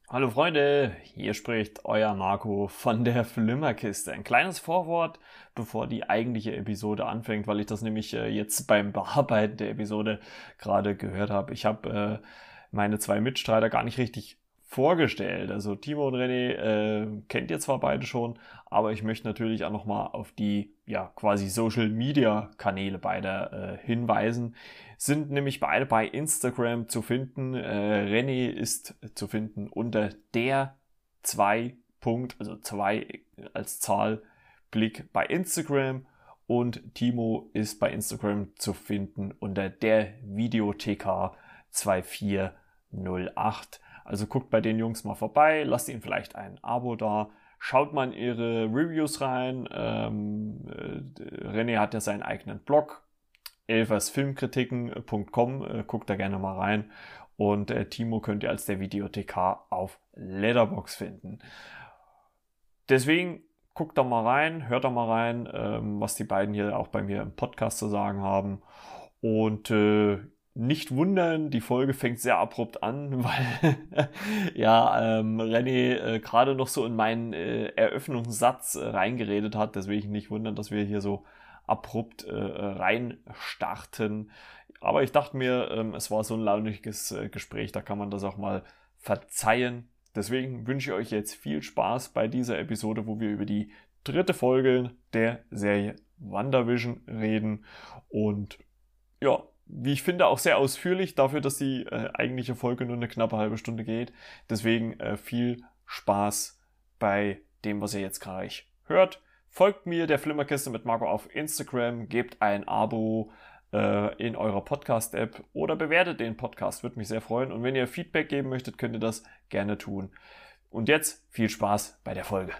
Hallo Freunde, hier spricht euer Marco von der Flimmerkiste. Ein kleines Vorwort, bevor die eigentliche Episode anfängt, weil ich das nämlich jetzt beim Bearbeiten der Episode gerade gehört habe. Ich habe meine zwei Mitstreiter gar nicht richtig vorgestellt. Also Timo und René kennt ihr zwar beide schon, aber ich möchte natürlich auch nochmal auf die quasi Social Media Kanäle beider hinweisen. Sind nämlich beide bei Instagram zu finden. René ist zu finden unter der 2 Punkt, also 2 als Zahl, Blick bei Instagram. Und Timo ist bei Instagram zu finden unter der Videothek 2408. Also guckt bei den Jungs mal vorbei, lasst ihnen vielleicht ein Abo da, schaut mal in ihre Reviews rein. René hat ja seinen eigenen Blog, elfersfilmkritiken.com, guckt da gerne mal rein. Und Timo könnt ihr als der Videothekar auf Letterboxd finden. Deswegen guckt da mal rein, hört da mal rein, was die beiden hier auch bei mir im Podcast zu sagen haben. Und nicht wundern, die Folge fängt sehr abrupt an, weil René gerade noch so in meinen Eröffnungssatz reingeredet hat. Deswegen nicht wundern, dass wir hier so abrupt reinstarten. Aber ich dachte mir, es war so ein launiges Gespräch, da kann man das auch mal verzeihen. Deswegen wünsche ich euch jetzt viel Spaß bei dieser Episode, wo wir über die 3. Folge der Serie WandaVision reden. Und ja, wie ich finde, auch sehr ausführlich dafür, dass die eigentliche Folge nur eine knappe halbe Stunde geht. Deswegen viel Spaß bei dem, was ihr jetzt gleich hört. Folgt mir, der Flimmerkiste mit Marco, auf Instagram, gebt ein Abo in eurer Podcast-App oder bewertet den Podcast, würde mich sehr freuen. Und wenn ihr Feedback geben möchtet, könnt ihr das gerne tun. Und jetzt viel Spaß bei der Folge.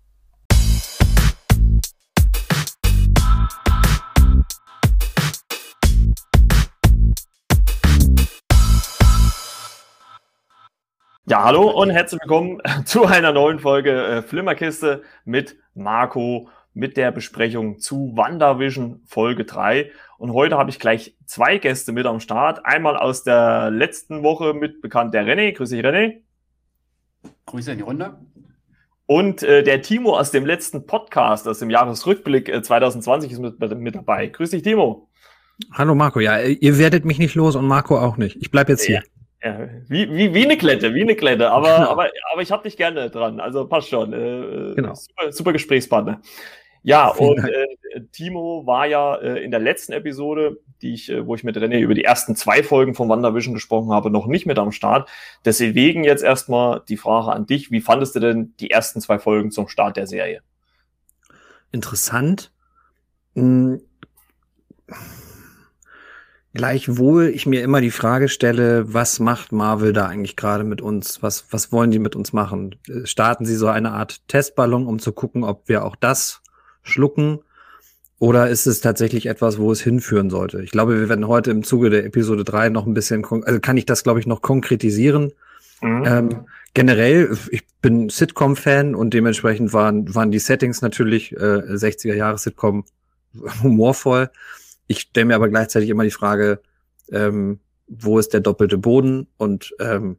Ja, hallo und herzlich willkommen zu einer neuen Folge Flimmerkiste mit Marco, mit der Besprechung zu WandaVision Folge 3. Und heute habe ich gleich 2 Gäste mit am Start. Einmal aus der letzten Woche mitbekannt der René. Grüß dich, René. Grüße in die Runde. Und der Timo aus dem letzten Podcast, aus dem Jahresrückblick 2020 ist mit dabei. Grüß dich, Timo. Hallo Marco, ja, ihr werdet mich nicht los und Marco auch nicht. Ich bleib jetzt hier. Ja, wie eine Klette, aber ich hab dich gerne dran, also passt schon. Genau. Super Gesprächspartner. Ja, und Timo war ja in der letzten Episode, wo ich mit René über die ersten 2 Folgen von WandaVision gesprochen habe, noch nicht mit am Start. Deswegen jetzt erstmal die Frage an dich: Wie fandest du denn die ersten 2 Folgen zum Start der Serie? Interessant. Gleichwohl ich mir immer die Frage stelle, was macht Marvel da eigentlich gerade mit uns? Was wollen die mit uns machen? Starten sie so eine Art Testballon, um zu gucken, ob wir auch das schlucken? Oder ist es tatsächlich etwas, wo es hinführen sollte? Ich glaube, wir werden heute im Zuge der Episode 3 noch ein bisschen, also kann ich das, glaube ich, noch konkretisieren. Generell, ich bin Sitcom-Fan und dementsprechend waren die Settings natürlich 60er-Jahre-Sitcom humorvoll. Ich stelle mir aber gleichzeitig immer die Frage, wo ist der doppelte Boden und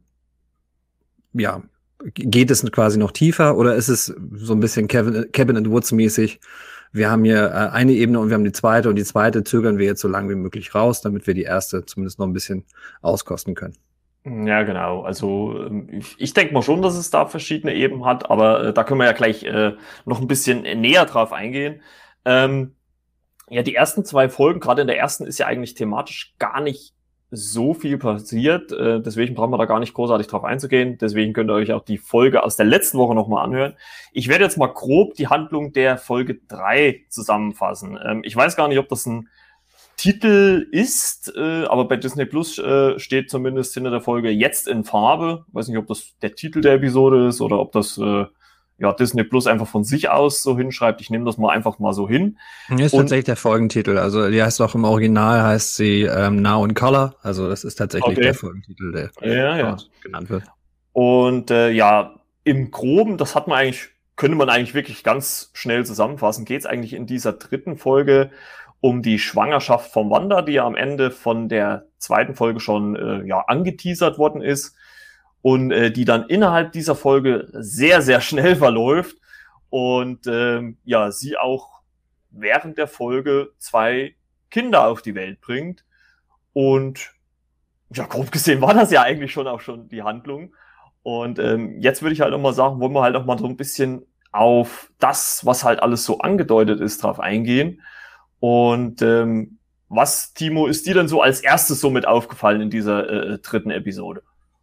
geht es quasi noch tiefer oder ist es so ein bisschen Cabin and Woods mäßig? Wir haben hier eine Ebene und wir haben die zweite und die zweite zögern wir jetzt so lange wie möglich raus, damit wir die erste zumindest noch ein bisschen auskosten können. Ja, genau. Also ich denke mal schon, dass es da verschiedene Ebenen hat, aber da können wir ja gleich noch ein bisschen näher drauf eingehen. Ja, die ersten 2 Folgen, gerade in der ersten, ist ja eigentlich thematisch gar nicht so viel passiert. Deswegen brauchen wir da gar nicht großartig drauf einzugehen. Deswegen könnt ihr euch auch die Folge aus der letzten Woche nochmal anhören. Ich werde jetzt mal grob die Handlung der Folge 3 zusammenfassen. Ich weiß gar nicht, ob das ein Titel ist, aber bei Disney Plus steht zumindest hinter der Folge "Jetzt in Farbe". Ich weiß nicht, ob das der Titel der Episode ist oder ob das Disney Plus einfach von sich aus so hinschreibt. Ich nehme das mal einfach mal so hin. Ist tatsächlich der Folgentitel. Also die heißt auch im Original, heißt sie Now in Color. Also das ist tatsächlich der Folgentitel, der genannt wird. Und im Groben, könnte man eigentlich wirklich ganz schnell zusammenfassen, geht es eigentlich in dieser 3. Folge um die Schwangerschaft von Wanda, die ja am Ende von der 2. Folge schon angeteasert worden ist. und die dann innerhalb dieser Folge sehr, sehr schnell verläuft und ja, sie auch während der Folge 2 Kinder auf die Welt bringt. Und ja, grob gesehen war das ja eigentlich schon die Handlung. Und jetzt würde ich halt nochmal sagen, wollen wir halt auch mal so ein bisschen auf das, was halt alles so angedeutet ist, drauf eingehen. Und was, Timo, ist dir denn so als erstes so mit aufgefallen in dieser dritten Episode?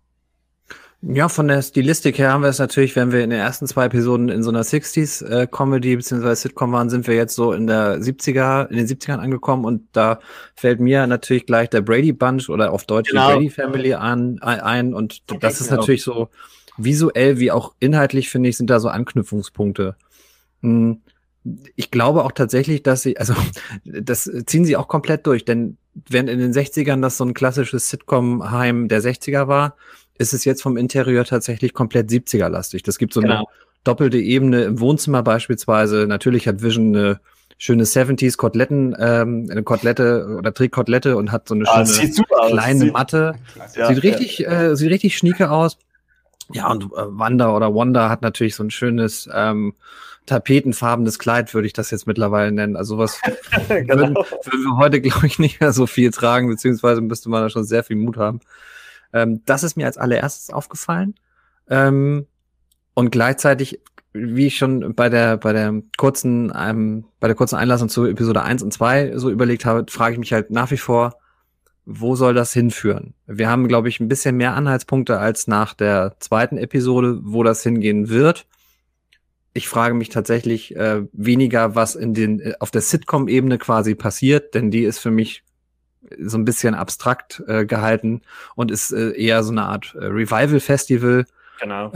Ja, von der Stilistik her haben wir es natürlich, wenn wir in den ersten 2 Episoden in so einer 60s Comedy bzw. Sitcom waren, sind wir jetzt so in den 70ern angekommen und da fällt mir natürlich gleich der Brady Bunch oder auf Deutsch die Brady Family ein und das ist natürlich so visuell wie auch inhaltlich, finde ich, sind da so Anknüpfungspunkte. Ich glaube auch tatsächlich, dass das ziehen sie auch komplett durch, denn während in den 60ern das so ein klassisches Sitcom-Heim der 60er war, ist es jetzt vom Interieur tatsächlich komplett 70er-lastig. Das gibt so eine doppelte Ebene im Wohnzimmer beispielsweise. Natürlich hat Vision eine schöne 70s Koteletten, eine Kotelette oder Trägkotelette und hat so eine schöne kleine Matte. Sieht richtig schnieke aus. Ja, und Wanda hat natürlich so ein schönes tapetenfarbenes Kleid, würde ich das jetzt mittlerweile nennen. Also was würden wir heute, glaube ich, nicht mehr so viel tragen, beziehungsweise müsste man da schon sehr viel Mut haben. Das ist mir als allererstes aufgefallen. Und gleichzeitig, wie ich schon bei der kurzen Einlassung zu Episode 1 und 2 so überlegt habe, frage ich mich halt nach wie vor, wo soll das hinführen? Wir haben, glaube ich, ein bisschen mehr Anhaltspunkte als nach der zweiten Episode, wo das hingehen wird. Ich frage mich tatsächlich weniger, was auf der Sitcom-Ebene quasi passiert, denn die ist für mich so ein bisschen abstrakt gehalten und ist eher so eine Art Revival-Festival. Genau.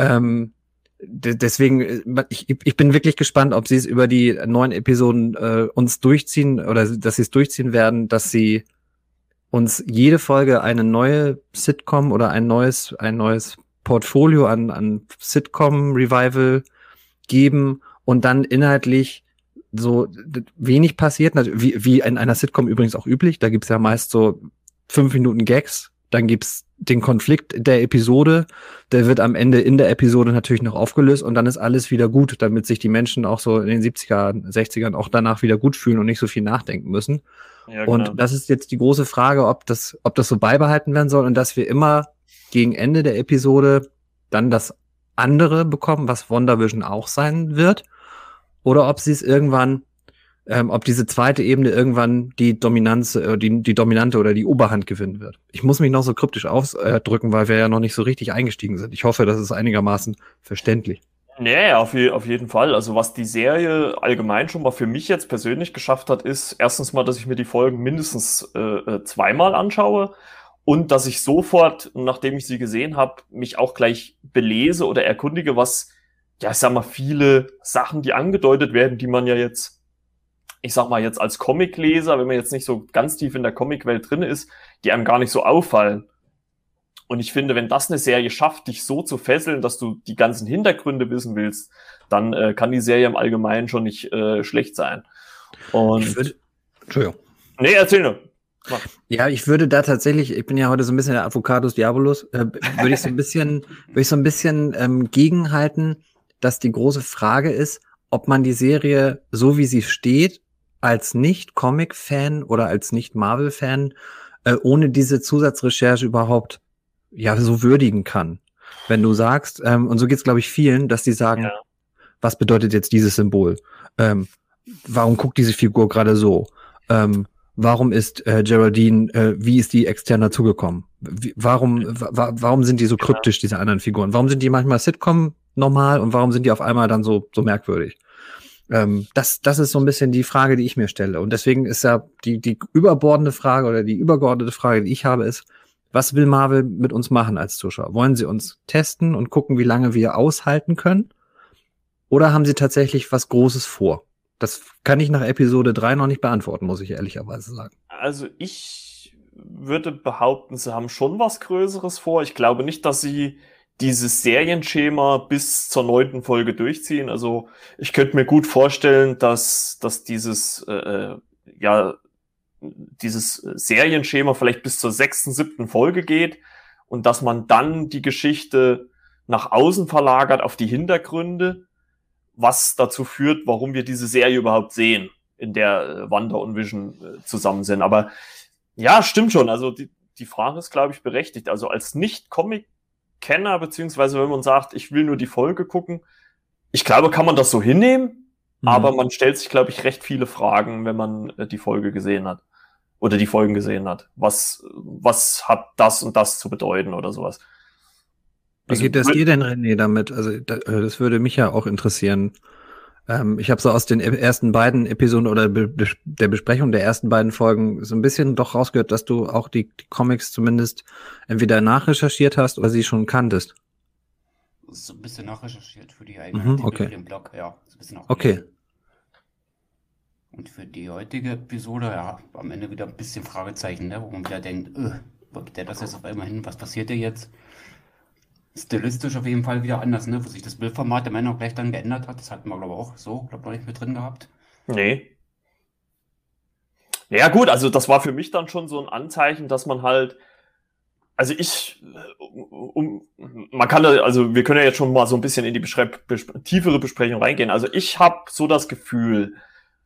Deswegen, ich bin wirklich gespannt, ob sie es über die 9 Episoden uns durchziehen oder dass sie es durchziehen werden, dass sie uns jede Folge eine neue Sitcom oder ein neues Portfolio an Sitcom-Revival geben und dann inhaltlich so wenig passiert, wie in einer Sitcom übrigens auch üblich. Da gibt's ja meist so 5 Minuten Gags, dann gibt's den Konflikt der Episode, der wird am Ende in der Episode natürlich noch aufgelöst und dann ist alles wieder gut, damit sich die Menschen auch so in den 70er, 60ern auch danach wieder gut fühlen und nicht so viel nachdenken müssen. Ja, genau. Und das ist jetzt die große Frage, ob das so beibehalten werden soll und dass wir immer gegen Ende der Episode dann das andere bekommen, was WandaVision auch sein wird. Oder ob sie es irgendwann, ob diese zweite Ebene irgendwann die Dominanz, die dominante oder die Oberhand gewinnen wird. Ich muss mich noch so kryptisch ausdrücken, weil wir ja noch nicht so richtig eingestiegen sind. Ich hoffe, das ist einigermaßen verständlich. Nee, auf jeden Fall. Also was die Serie allgemein schon mal für mich jetzt persönlich geschafft hat, ist erstens mal, dass ich mir die Folgen mindestens 2-mal anschaue und dass ich sofort, nachdem ich sie gesehen habe, mich auch gleich belese oder erkundige, was, ja, ich sag mal, viele Sachen, die angedeutet werden, die man ja jetzt, ich sag mal jetzt als Comicleser, wenn man jetzt nicht so ganz tief in der Comicwelt drin ist, die einem gar nicht so auffallen. Und ich finde, wenn das eine Serie schafft, dich so zu fesseln, dass du die ganzen Hintergründe wissen willst, dann kann die Serie im Allgemeinen schon nicht schlecht sein. Und Entschuldigung. Nee, erzähl nur. Mach. Ja, ich würde da tatsächlich, ich bin ja heute so ein bisschen der Advocatus Diabolus, würde ich so ein bisschen gegenhalten, dass die große Frage ist, ob man die Serie, so wie sie steht, als Nicht-Comic-Fan oder als Nicht-Marvel-Fan ohne diese Zusatzrecherche überhaupt ja so würdigen kann. Wenn du sagst, und so geht's glaube ich vielen, dass die sagen, was bedeutet jetzt dieses Symbol? Warum guckt diese Figur gerade so? Warum ist Geraldine, wie ist die extern dazugekommen? Warum sind die so kryptisch, diese anderen Figuren? Warum sind die manchmal Sitcom normal und warum sind die auf einmal dann so merkwürdig? Das ist so ein bisschen die Frage, die ich mir stelle. Und deswegen ist ja die überbordende Frage oder die übergeordnete Frage, die ich habe, ist, was will Marvel mit uns machen als Zuschauer? Wollen sie uns testen und gucken, wie lange wir aushalten können? Oder haben sie tatsächlich was Großes vor? Das kann ich nach Episode 3 noch nicht beantworten, muss ich ehrlicherweise sagen. Also ich würde behaupten, sie haben schon was Größeres vor. Ich glaube nicht, dass sie dieses Serienschema bis zur 9. Folge durchziehen. Also ich könnte mir gut vorstellen, dass dieses dieses Serienschema vielleicht bis zur 6., 7. Folge geht und dass man dann die Geschichte nach außen verlagert auf die Hintergründe, was dazu führt, warum wir diese Serie überhaupt sehen, in der Wanda und Vision zusammen sind. Aber ja, stimmt schon. Also die Frage ist, glaube ich, berechtigt. Also als Nicht-Comic-Kenner, beziehungsweise wenn man sagt, ich will nur die Folge gucken, ich glaube, kann man das so hinnehmen, aber man stellt sich, glaube ich, recht viele Fragen, wenn man die Folge gesehen hat. Oder die Folgen gesehen hat. Was hat das und das zu bedeuten oder sowas? Wie geht es dir denn, René, damit? Also das würde mich ja auch interessieren. Ich habe so aus den ersten beiden Episoden oder der Besprechung der ersten beiden Folgen so ein bisschen doch rausgehört, dass du auch die Comics zumindest entweder nachrecherchiert hast oder sie schon kanntest. So ein bisschen nachrecherchiert für die eigene okay. für den Blog, ja. So ein bisschen Okay. Und für die heutige Episode, ja, am Ende wieder ein bisschen Fragezeichen, ne? Wo man wieder denkt, wo geht der das jetzt auf einmal hin? Was passiert denn jetzt? Stilistisch auf jeden Fall wieder anders, ne? Wo sich das Bildformat am Ende auch gleich dann geändert hat. Das hatten wir, glaube ich, auch so, noch nicht mit drin gehabt. Nee. Ja gut, also das war für mich dann schon so ein Anzeichen, dass man halt, also man kann da, also wir können ja jetzt schon mal so ein bisschen in die tiefere Besprechung reingehen. Also ich habe so das Gefühl,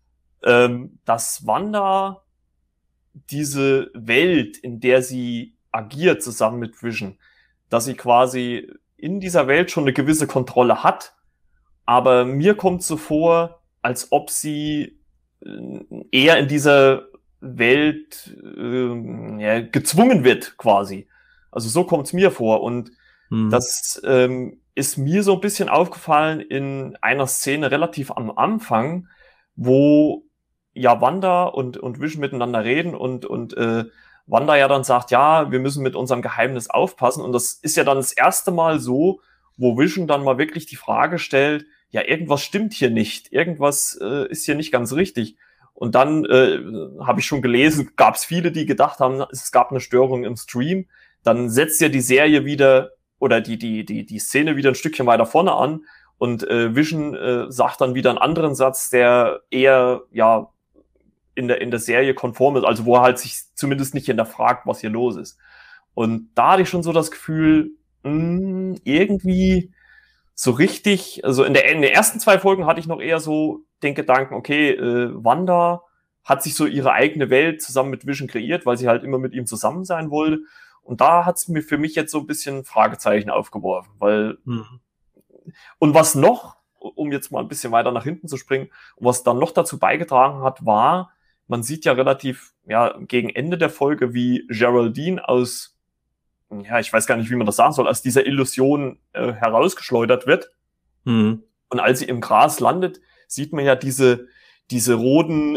dass Wanda diese Welt, in der sie agiert, zusammen mit Vision, dass sie quasi in dieser Welt schon eine gewisse Kontrolle hat, aber mir kommt so vor, als ob sie eher in dieser Welt gezwungen wird, quasi. Also so kommt's mir vor. Und das ist mir so ein bisschen aufgefallen in einer Szene relativ am Anfang, wo ja Wanda und Vision miteinander reden und Wanda ja dann sagt, ja, wir müssen mit unserem Geheimnis aufpassen. Und das ist ja dann das erste Mal so, wo Vision dann mal wirklich die Frage stellt, ja, irgendwas stimmt hier nicht, irgendwas ist hier nicht ganz richtig. Und dann habe ich schon gelesen, gab es viele, die gedacht haben, es gab eine Störung im Stream. Dann setzt ja die Serie wieder oder die Szene wieder ein Stückchen weiter vorne an und Vision sagt dann wieder einen anderen Satz, der eher ja in der Serie konform ist, also wo er halt sich zumindest nicht hinterfragt, was hier los ist. Und da hatte ich schon so das Gefühl, irgendwie so richtig, also in den ersten 2 Folgen hatte ich noch eher so den Gedanken, okay, Wanda hat sich so ihre eigene Welt zusammen mit Vision kreiert, weil sie halt immer mit ihm zusammen sein wollte. Und da hat es mir für mich jetzt so ein bisschen Fragezeichen aufgeworfen, weil und was noch, um jetzt mal ein bisschen weiter nach hinten zu springen, und was dann noch dazu beigetragen hat, war, man sieht ja relativ, ja, gegen Ende der Folge, wie Geraldine aus, ja, ich weiß gar nicht, wie man das sagen soll, aus dieser Illusion herausgeschleudert wird. Und als sie im Gras landet, sieht man ja diese roten,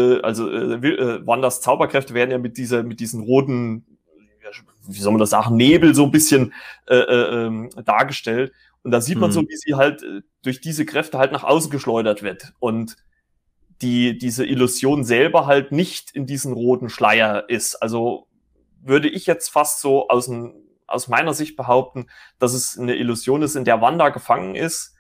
Wandas Zauberkräfte werden ja mit diesen roten, wie soll man das sagen, Nebel so ein bisschen dargestellt. Und da sieht man so, wie sie halt durch diese Kräfte halt nach außen geschleudert wird. Und diese Illusion selber halt nicht in diesen roten Schleier ist. Also würde ich jetzt fast so aus meiner Sicht behaupten, dass es eine Illusion ist, in der Wanda gefangen ist.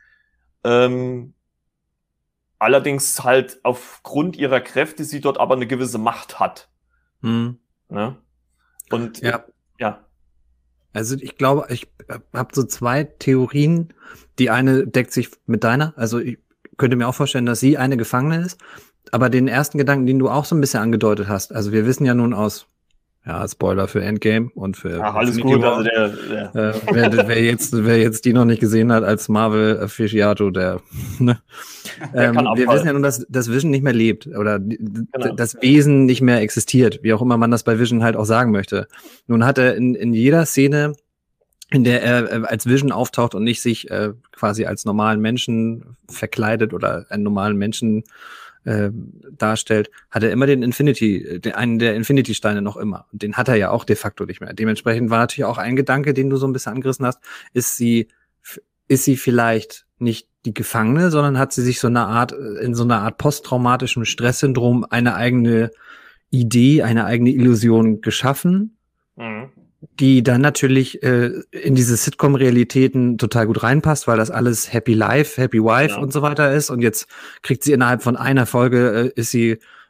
Allerdings halt aufgrund ihrer Kräfte sie dort aber eine gewisse Macht hat. Ne? Und ja. Also ich glaube, ich habe so 2 Theorien. Die eine deckt sich mit deiner. Also ich könnte mir auch vorstellen, dass sie eine Gefangene ist. Aber den ersten Gedanken, den du auch so ein bisschen angedeutet hast, also wir wissen ja nun aus, ja, Spoiler für Endgame und für alles gut, War, also wer jetzt die noch nicht gesehen hat als Marvel Aficionado, der ne? Wir wissen ja nun, dass Vision nicht mehr lebt oder das Wesen nicht mehr existiert, wie auch immer man das bei Vision halt auch sagen möchte. Nun hat er in jeder Szene, in der er als Vision auftaucht und nicht sich quasi als normalen Menschen verkleidet oder einen normalen Menschen darstellt, hat er immer einen der Infinity-Steine noch immer. Und den hat er ja auch de facto nicht mehr. Dementsprechend war natürlich auch ein Gedanke, den du so ein bisschen angerissen hast, ist sie vielleicht nicht die Gefangene, sondern hat sie sich in so einer Art posttraumatischem Stresssyndrom eine eigene Idee, eine eigene Illusion geschaffen, die dann natürlich in diese Sitcom-Realitäten total gut reinpasst, weil das alles Happy Life, Happy Wife und so weiter ist. Und jetzt kriegt sie innerhalb von einer Folge, ist sie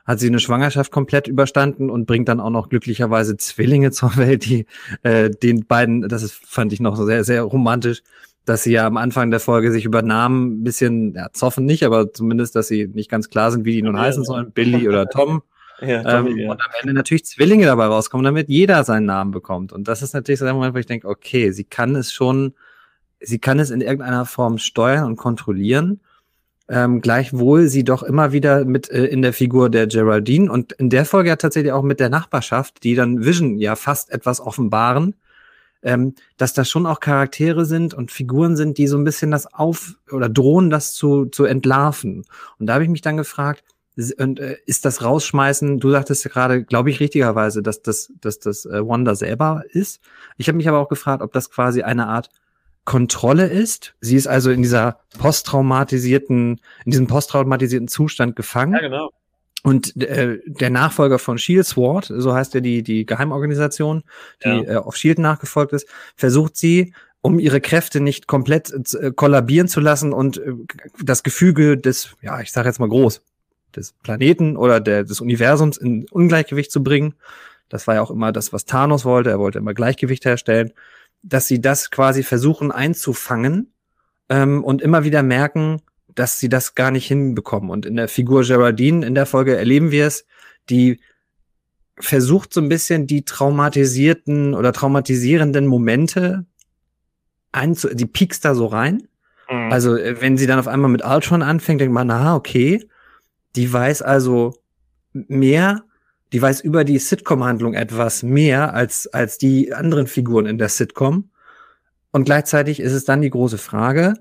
hat sie eine Schwangerschaft komplett überstanden und bringt dann auch noch glücklicherweise Zwillinge zur Welt, die den beiden, fand ich noch sehr, sehr romantisch, dass sie ja am Anfang der Folge sich über Namen ein bisschen, ja, zoffen nicht, aber zumindest, dass sie nicht ganz klar sind, wie die nun heißen sollen, Billy oder Tom. Ja, Tommy, ja. Und am Ende natürlich Zwillinge dabei rauskommen, damit jeder seinen Namen bekommt. Und das ist natürlich so der Moment, wo ich denke, okay, sie kann es in irgendeiner Form steuern und kontrollieren. Gleichwohl sie doch immer wieder mit in der Figur der Geraldine und in der Folge ja tatsächlich auch mit der Nachbarschaft, die dann Vision ja fast etwas offenbaren, dass das schon auch Charaktere sind und Figuren sind, die so ein bisschen das oder drohen, das zu entlarven. Und da habe ich mich dann gefragt, ist das Rausschmeißen, du sagtest ja gerade, glaube ich richtigerweise, dass das Wanda selber ist. Ich habe mich aber auch gefragt, ob das quasi eine Art Kontrolle ist. Sie ist also in diesem posttraumatisierten Zustand gefangen. Ja, genau. Und der Nachfolger von Shield, SWORD, so heißt ja die Geheimorganisation, die auf Shield nachgefolgt ist, versucht sie, um ihre Kräfte nicht komplett kollabieren zu lassen und das Gefüge des, ja, ich sage jetzt mal des Planeten oder des Universums in Ungleichgewicht zu bringen. Das war ja auch immer das, was Thanos wollte. Er wollte immer Gleichgewicht herstellen. Dass sie das quasi versuchen einzufangen und immer wieder merken, dass sie das gar nicht hinbekommen. Und in der Figur Geraldine in der Folge erleben wir es, die versucht so ein bisschen die traumatisierten oder traumatisierenden Momente die piekst da so rein. Mhm. Also wenn sie dann auf einmal mit Ultron anfängt, denkt man, na okay, die weiß also mehr, die weiß über die Sitcom-Handlung etwas mehr als die anderen Figuren in der Sitcom. Und gleichzeitig ist es dann die große Frage,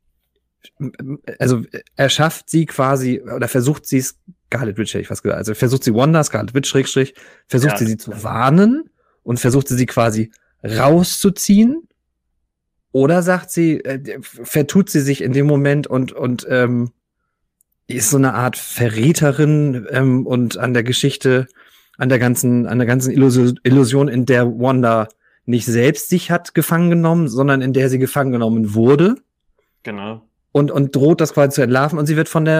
also erschafft sie quasi, oder versucht sie Scarlet Witch, hätte ich fast gesagt, also versucht sie Wanda, Scarlet Witch, versucht sie zu warnen und versucht sie quasi rauszuziehen? Oder sagt sie, vertut sie sich in dem Moment und ist so eine Art Verräterin und an der Geschichte, an der ganzen Illusion, in der Wanda nicht selbst sich hat gefangen genommen, sondern in der sie gefangen genommen wurde. Genau. Und droht das quasi zu entlarven und sie wird von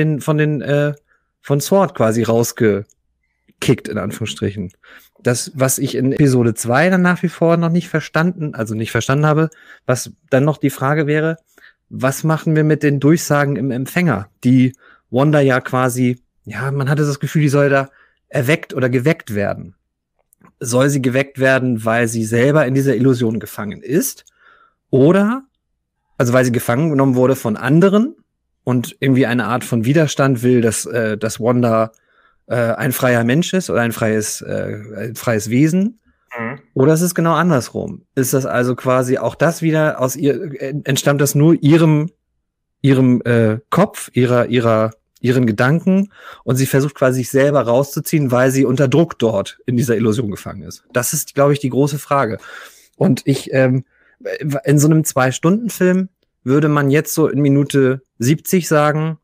SWORD quasi rausgekickt, in Anführungsstrichen. Das, was ich in Episode 2 dann nach wie vor noch nicht verstanden habe, was dann noch die Frage wäre, was machen wir mit den Durchsagen im Empfänger, die Wanda ja quasi, ja, man hatte das Gefühl, die soll da erweckt oder geweckt werden. Soll sie geweckt werden, weil sie selber in dieser Illusion gefangen ist? Oder, also weil sie gefangen genommen wurde von anderen und irgendwie eine Art von Widerstand will, dass Wanda ein freier Mensch ist oder ein freies Wesen? Mhm. Oder ist es genau andersrum? Ist das also quasi auch das wieder entstammt das nur ihrem Kopf, ihren Gedanken und sie versucht quasi sich selber rauszuziehen, weil sie unter Druck dort in dieser Illusion gefangen ist? Das ist, glaube ich, die große Frage. Und ich, in so einem 2-Stunden-Film würde man jetzt so in Minute 70 sagen,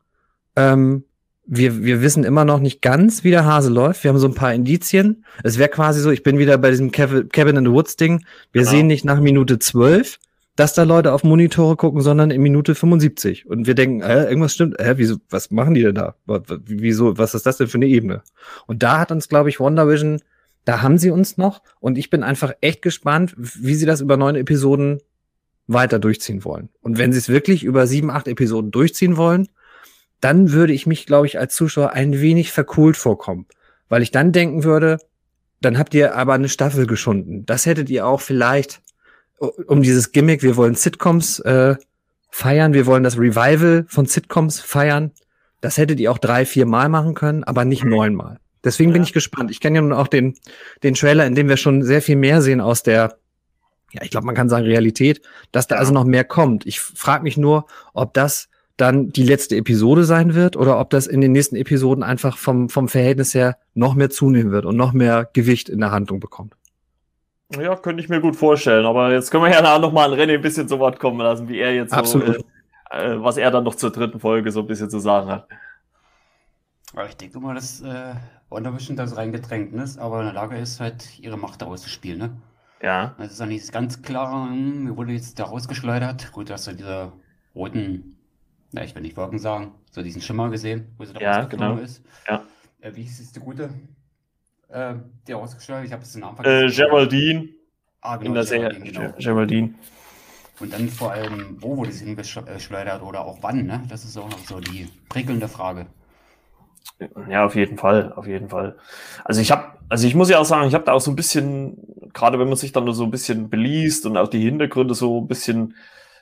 wir wissen immer noch nicht ganz, wie der Hase läuft. Wir haben so ein paar Indizien. Es wäre quasi so, ich bin wieder bei diesem Cabin in the Woods Ding. Wir sehen nicht nach Minute 12, dass da Leute auf Monitore gucken, sondern in Minute 75. Und wir denken, irgendwas stimmt. Wieso, was machen die denn da? Wieso, was ist das denn für eine Ebene? Und da hat uns, glaube ich, WandaVision, da haben sie uns noch. Und ich bin einfach echt gespannt, wie sie das über 9 Episoden weiter durchziehen wollen. Und wenn sie es wirklich über 7, 8 Episoden durchziehen wollen, dann würde ich mich, glaube ich, als Zuschauer ein wenig verkohlt vorkommen. Weil ich dann denken würde, dann habt ihr aber eine Staffel geschunden. Das hättet ihr auch vielleicht um dieses Gimmick, wir wollen Sitcoms feiern, wir wollen das Revival von Sitcoms feiern. Das hättet ihr auch 3, 4 Mal machen können, aber nicht 9 Mal. Deswegen bin ich gespannt. Ich kenne ja nun auch den Trailer, in dem wir schon sehr viel mehr sehen aus der, ja, ich glaube, man kann sagen Realität, dass da also noch mehr kommt. Ich frage mich nur, ob das dann die letzte Episode sein wird oder ob das in den nächsten Episoden einfach vom Verhältnis her noch mehr zunehmen wird und noch mehr Gewicht in der Handlung bekommt. Ja, könnte ich mir gut vorstellen, aber jetzt können wir ja noch mal an René ein bisschen zu Wort kommen lassen, wie er jetzt Absolut. so, was er dann noch zur 3. Folge so ein bisschen zu sagen hat. Aber ich denke mal, dass WandaVision da so reingedrängt ist, aber in der Lage ist, halt ihre Macht auszuspielen, ne? Ja. Das ist dann nicht ganz klar, mir wurde jetzt da rausgeschleudert. Gut, dass du diese roten, ich will nicht Wolken sagen, so diesen Schimmer gesehen, wo sie da rausgeflogen ist. Ja. Wie hieß es, die gute? Die ausgestellt, ich habe es den Namen Geraldine genau, in der Serie. Geraldine, genau. Geraldine. Und dann vor allem, wo wurde sie hingeschleudert oder auch wann, ne? Das ist auch noch so die prickelnde Frage. Ja, auf jeden Fall, auf jeden Fall. Also ich muss ja auch sagen, ich habe da auch so ein bisschen, gerade wenn man sich dann nur so ein bisschen beliest und auch die Hintergründe so ein bisschen,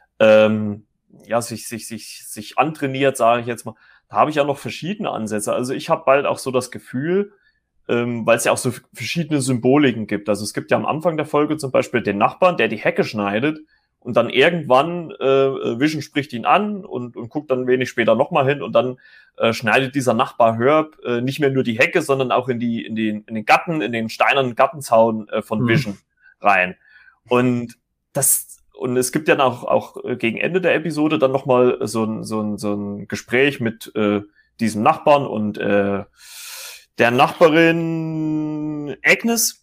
sich antrainiert, sage ich jetzt mal, da habe ich ja noch verschiedene Ansätze. Also ich habe bald auch so das Gefühl, weil es ja auch so verschiedene Symboliken gibt. Also es gibt ja am Anfang der Folge zum Beispiel den Nachbarn, der die Hecke schneidet und dann irgendwann Vision spricht ihn an und guckt dann wenig später nochmal hin und dann schneidet dieser Nachbar Herb nicht mehr nur die Hecke, sondern auch in den Gatten, in den steinernen Gartenzaun von Vision rein. Und es gibt ja auch gegen Ende der Episode dann nochmal so ein Gespräch mit diesem Nachbarn und der Nachbarin Agnes,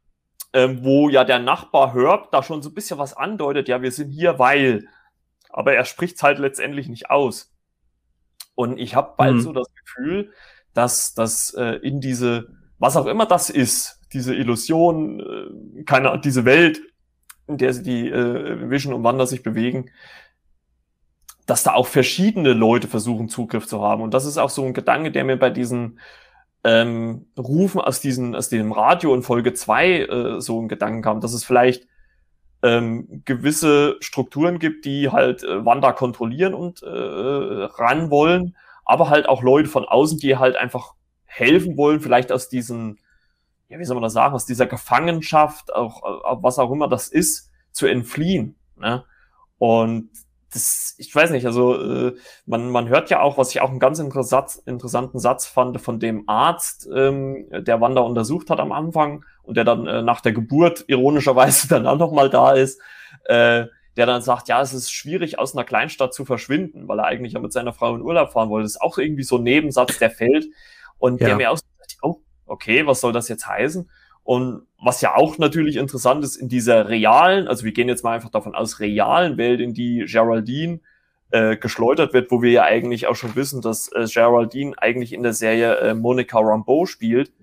wo ja der Nachbar Herb da schon so ein bisschen was andeutet, ja, wir sind hier, weil, aber er spricht's halt letztendlich nicht aus. Und ich habe bald so das Gefühl, dass in diese, was auch immer das ist, diese Illusion, diese Welt, in der sie die Vision und Wanda sich bewegen, dass da auch verschiedene Leute versuchen, Zugriff zu haben. Und das ist auch so ein Gedanke, der mir bei diesen Rufen aus dem Radio in Folge 2 so ein Gedanken kam, dass es vielleicht gewisse Strukturen gibt, die halt Wanda kontrollieren und ran wollen, aber halt auch Leute von außen, die halt einfach helfen wollen, vielleicht aus diesen, ja, wie soll man das sagen, aus dieser Gefangenschaft, auch was auch immer das ist, zu entfliehen. Ne? Und das, ich weiß nicht, also man hört ja auch, was ich auch einen ganz interessanten Satz fand von dem Arzt, der Wanda untersucht hat am Anfang und der dann nach der Geburt ironischerweise dann auch nochmal da ist, der dann sagt, ja, es ist schwierig, aus einer Kleinstadt zu verschwinden, weil er eigentlich ja mit seiner Frau in Urlaub fahren wollte. Das ist auch irgendwie so ein Nebensatz, der fällt und der mir auch sagt, oh, okay, was soll das jetzt heißen? Und was ja auch natürlich interessant ist, in dieser realen, also wir gehen jetzt mal einfach davon aus, realen Welt, in die Geraldine geschleudert wird, wo wir ja eigentlich auch schon wissen, dass Geraldine eigentlich in der Serie Monica Rambeau spielt,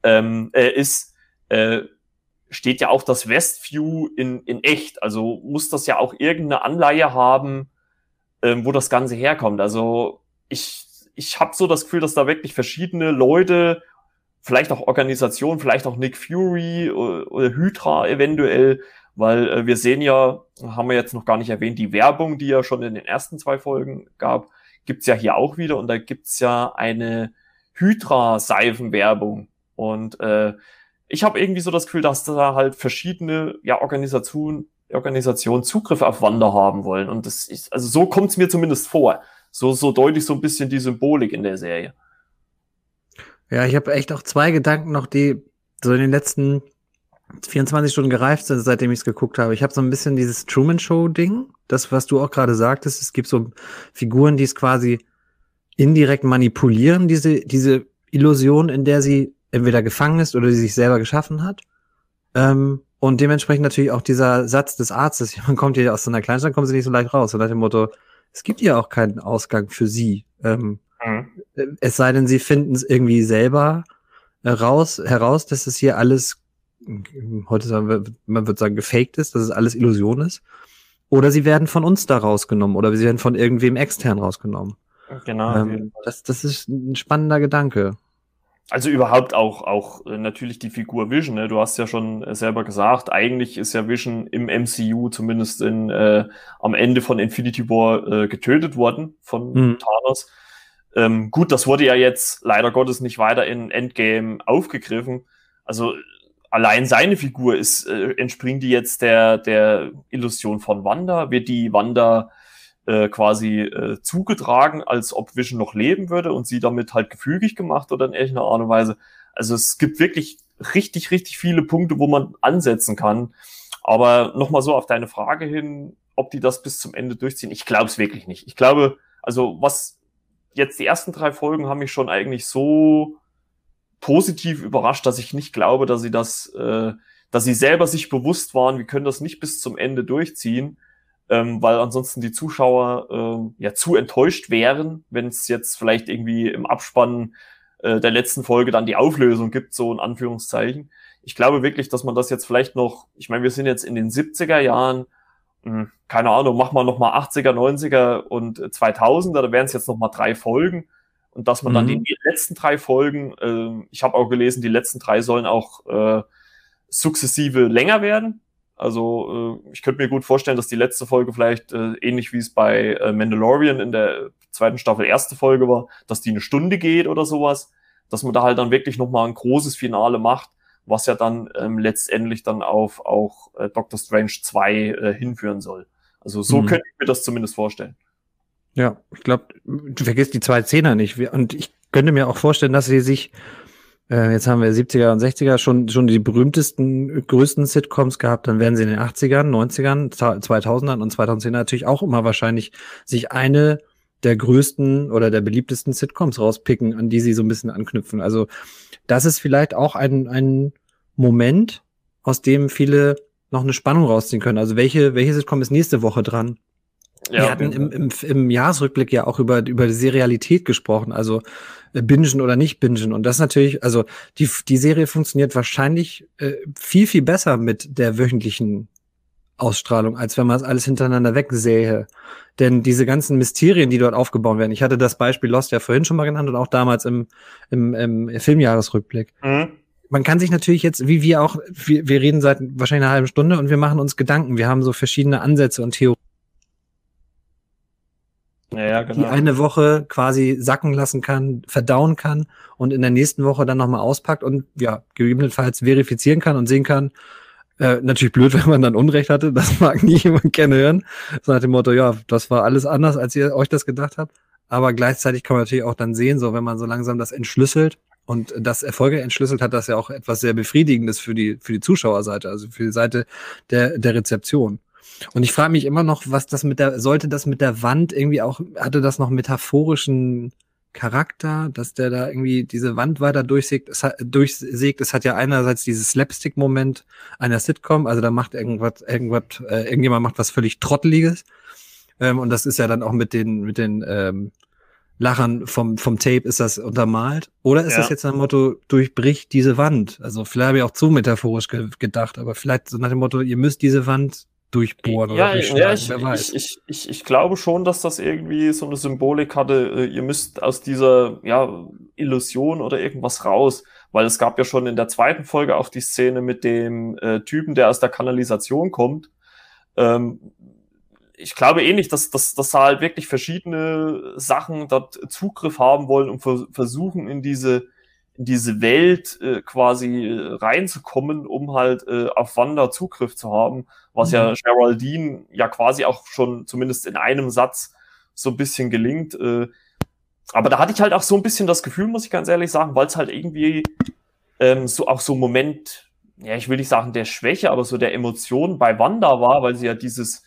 steht ja auch das Westview in echt. Also muss das ja auch irgendeine Anleihe haben, wo das Ganze herkommt. Also ich habe so das Gefühl, dass da wirklich verschiedene Leute, vielleicht auch Organisationen, vielleicht auch Nick Fury oder Hydra eventuell, weil wir sehen ja, haben wir jetzt noch gar nicht erwähnt, die Werbung, die ja schon in den ersten 2 Folgen gab, gibt's ja hier auch wieder und da gibt's ja eine Hydra-Seifenwerbung und ich habe irgendwie so das Gefühl, dass da halt verschiedene Organisationen Zugriff auf Wanda haben wollen und das ist, also so kommt's mir zumindest vor, so deutlich so ein bisschen die Symbolik in der Serie. Ja, ich habe echt auch 2 Gedanken noch, die so in den letzten 24 Stunden gereift sind, seitdem ich es geguckt habe. Ich habe so ein bisschen dieses Truman-Show-Ding, das, was du auch gerade sagtest. Es gibt so Figuren, die es quasi indirekt manipulieren, diese Illusion, in der sie entweder gefangen ist oder die sich selber geschaffen hat. Und dementsprechend natürlich auch dieser Satz des Arztes, man kommt hier aus so einer Kleinstadt, kommen sie nicht so leicht raus. Und nach dem Motto, es gibt ja auch keinen Ausgang für sie. Es sei denn, sie finden es irgendwie selber heraus, dass es hier alles, heute sagen wir, man würde sagen, gefaked ist, dass es alles Illusion ist. Oder sie werden von uns da rausgenommen oder sie werden von irgendwem extern rausgenommen. Genau. Das ist ein spannender Gedanke. Also überhaupt auch natürlich die Figur Vision, ne? Du hast ja schon selber gesagt, eigentlich ist ja Vision im MCU zumindest am Ende von Infinity War getötet worden von Thanos. Gut, das wurde ja jetzt leider Gottes nicht weiter in Endgame aufgegriffen. Also allein seine Figur entspringt die jetzt der Illusion von Wanda? Wird die Wanda quasi zugetragen, als ob Vision noch leben würde und sie damit halt gefügig gemacht oder in irgendeiner Art und Weise? Also es gibt wirklich richtig, richtig viele Punkte, wo man ansetzen kann. Aber nochmal so auf deine Frage hin, ob die das bis zum Ende durchziehen, ich glaube es wirklich nicht. Ich glaube, also was jetzt die ersten 3 Folgen haben mich schon eigentlich so positiv überrascht, dass ich nicht glaube, dass sie selber sich bewusst waren, wir können das nicht bis zum Ende durchziehen, weil ansonsten die Zuschauer zu enttäuscht wären, wenn es jetzt vielleicht irgendwie im Abspann der letzten Folge dann die Auflösung gibt, so in Anführungszeichen. Ich glaube wirklich, dass man das jetzt vielleicht noch, ich meine, wir sind jetzt in den 70er Jahren, keine Ahnung, mach mal nochmal 80er, 90er und 2000er, da wären es jetzt nochmal 3 Folgen. Und dass man dann die letzten 3 Folgen, ich habe auch gelesen, die letzten 3 sollen auch sukzessive länger werden. Also ich könnte mir gut vorstellen, dass die letzte Folge vielleicht ähnlich wie es bei Mandalorian in der 2. Staffel 1. Folge war, dass die 1 Stunde geht oder sowas, dass man da halt dann wirklich nochmal ein großes Finale macht, was ja dann letztendlich dann auf auch Doctor Strange 2 hinführen soll. Also so könnte ich mir das zumindest vorstellen. Ja, ich glaube, du vergisst die 2 Zehner nicht. Und ich könnte mir auch vorstellen, dass sie sich, jetzt haben wir 70er und 60er schon die berühmtesten, größten Sitcoms gehabt, dann werden sie in den 80ern, 90ern, 2000ern und 2010 natürlich auch immer wahrscheinlich sich eine der größten oder der beliebtesten Sitcoms rauspicken, an die sie so ein bisschen anknüpfen. Also das ist vielleicht auch ein Moment, aus dem viele noch eine Spannung rausziehen können. Also welche Sitcom ist nächste Woche dran? Ja, wir hatten im Jahresrückblick ja auch über die Serialität gesprochen, also bingen oder nicht bingen. Und das natürlich, also die Serie funktioniert wahrscheinlich viel, viel besser mit der wöchentlichen Ausstrahlung, als wenn man es alles hintereinander wegsähe. Denn diese ganzen Mysterien, die dort aufgebaut werden, ich hatte das Beispiel Lost ja vorhin schon mal genannt und auch damals im Filmjahresrückblick. Man kann sich natürlich jetzt, wie wir auch, wir reden seit wahrscheinlich einer halben Stunde und wir machen uns Gedanken. Wir haben so verschiedene Ansätze und Theorien. Ja, genau. Die eine Woche quasi sacken lassen kann, verdauen kann und in der nächsten Woche dann nochmal auspackt und ja, gegebenenfalls verifizieren kann und sehen kann. Natürlich blöd, wenn man dann Unrecht hatte, das mag nie jemand gerne hören. So nach dem Motto, ja, das war alles anders, als ihr euch das gedacht habt. Aber gleichzeitig kann man natürlich auch dann sehen, so wenn man so langsam das entschlüsselt und das Erfolge entschlüsselt, hat das ja auch etwas sehr Befriedigendes für die Zuschauerseite, also für die Seite der Rezeption. Und ich frage mich immer noch, was das sollte das mit der Wand irgendwie auch, hatte das noch metaphorischen Charakter, dass der da irgendwie diese Wand weiter durchsägt. Es hat ja einerseits dieses Slapstick-Moment einer Sitcom, also da macht irgendjemand macht was völlig Trotteliges. Und das ist ja dann auch mit den Lachern vom Tape ist das untermalt. Oder ist das jetzt ein Motto, durchbricht diese Wand? Also vielleicht habe ich auch zu metaphorisch gedacht, aber vielleicht so nach dem Motto, ihr müsst diese Wand durchbohren oder durchschlagen, wer weiß. Ich glaube schon, dass das irgendwie so eine Symbolik hatte, ihr müsst aus dieser Illusion oder irgendwas raus, weil es gab ja schon in der 2. Folge auch die Szene mit dem Typen, der aus der Kanalisation kommt. Ich glaube nicht, dass da halt wirklich verschiedene Sachen dort Zugriff haben wollen und versuchen in diese Welt quasi reinzukommen, um halt auf Wanda Zugriff zu haben, was ja Geraldine ja quasi auch schon zumindest in einem Satz so ein bisschen gelingt. Aber da hatte ich halt auch so ein bisschen das Gefühl, muss ich ganz ehrlich sagen, weil es halt irgendwie so auch so ein Moment, ja, ich will nicht sagen der Schwäche, aber so der Emotion bei Wanda war, weil sie ja dieses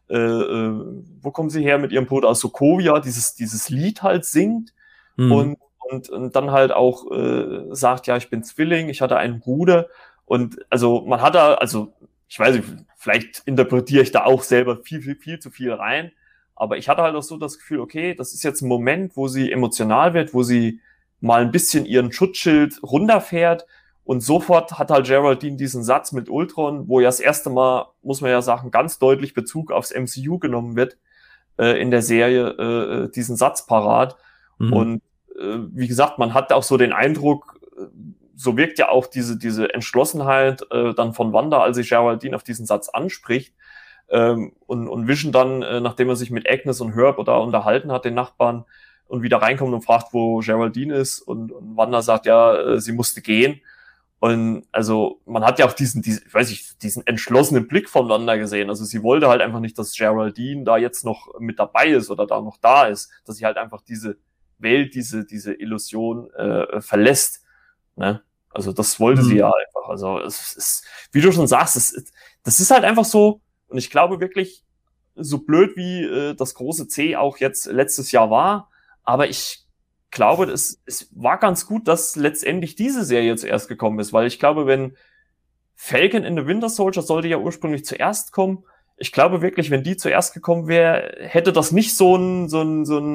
wo kommen sie her mit ihrem Bruder aus Sokovia, dieses Lied halt singt und dann halt auch sagt, ja, ich bin Zwilling, ich hatte einen Bruder und also man hat da, also ich weiß nicht, vielleicht interpretiere ich da auch selber viel zu viel rein, aber ich hatte halt auch so das Gefühl, okay, das ist jetzt ein Moment, wo sie emotional wird, wo sie mal ein bisschen ihren Schutzschild runterfährt und sofort hat halt Geraldine diesen Satz mit Ultron, wo ja das erste Mal, muss man ja sagen, ganz deutlich Bezug aufs MCU genommen wird in der Serie, diesen Satz parat und wie gesagt, man hat auch so den Eindruck, so wirkt ja auch diese Entschlossenheit dann von Wanda, als sich Geraldine auf diesen Satz anspricht und Vision dann, nachdem er sich mit Agnes und Herb oder unterhalten hat, den Nachbarn, und wieder reinkommt und fragt, wo Geraldine ist und Wanda sagt, ja, sie musste gehen. Und also man hat ja auch diesen entschlossenen Blick von Wanda gesehen. Also sie wollte halt einfach nicht, dass Geraldine da jetzt noch mit dabei ist oder da noch da ist, dass sie halt einfach diese Welt, diese Illusion verlässt. Ne? Also das wollte sie ja einfach. Also es ist, wie du schon sagst, das ist halt einfach so, und ich glaube wirklich, so blöd wie das große C auch jetzt letztes Jahr war, aber ich glaube, es war ganz gut, dass letztendlich diese Serie zuerst gekommen ist, weil ich glaube, wenn Falcon and the Winter Soldier sollte ja ursprünglich zuerst kommen, ich glaube wirklich, wenn die zuerst gekommen wäre, hätte das nicht so ein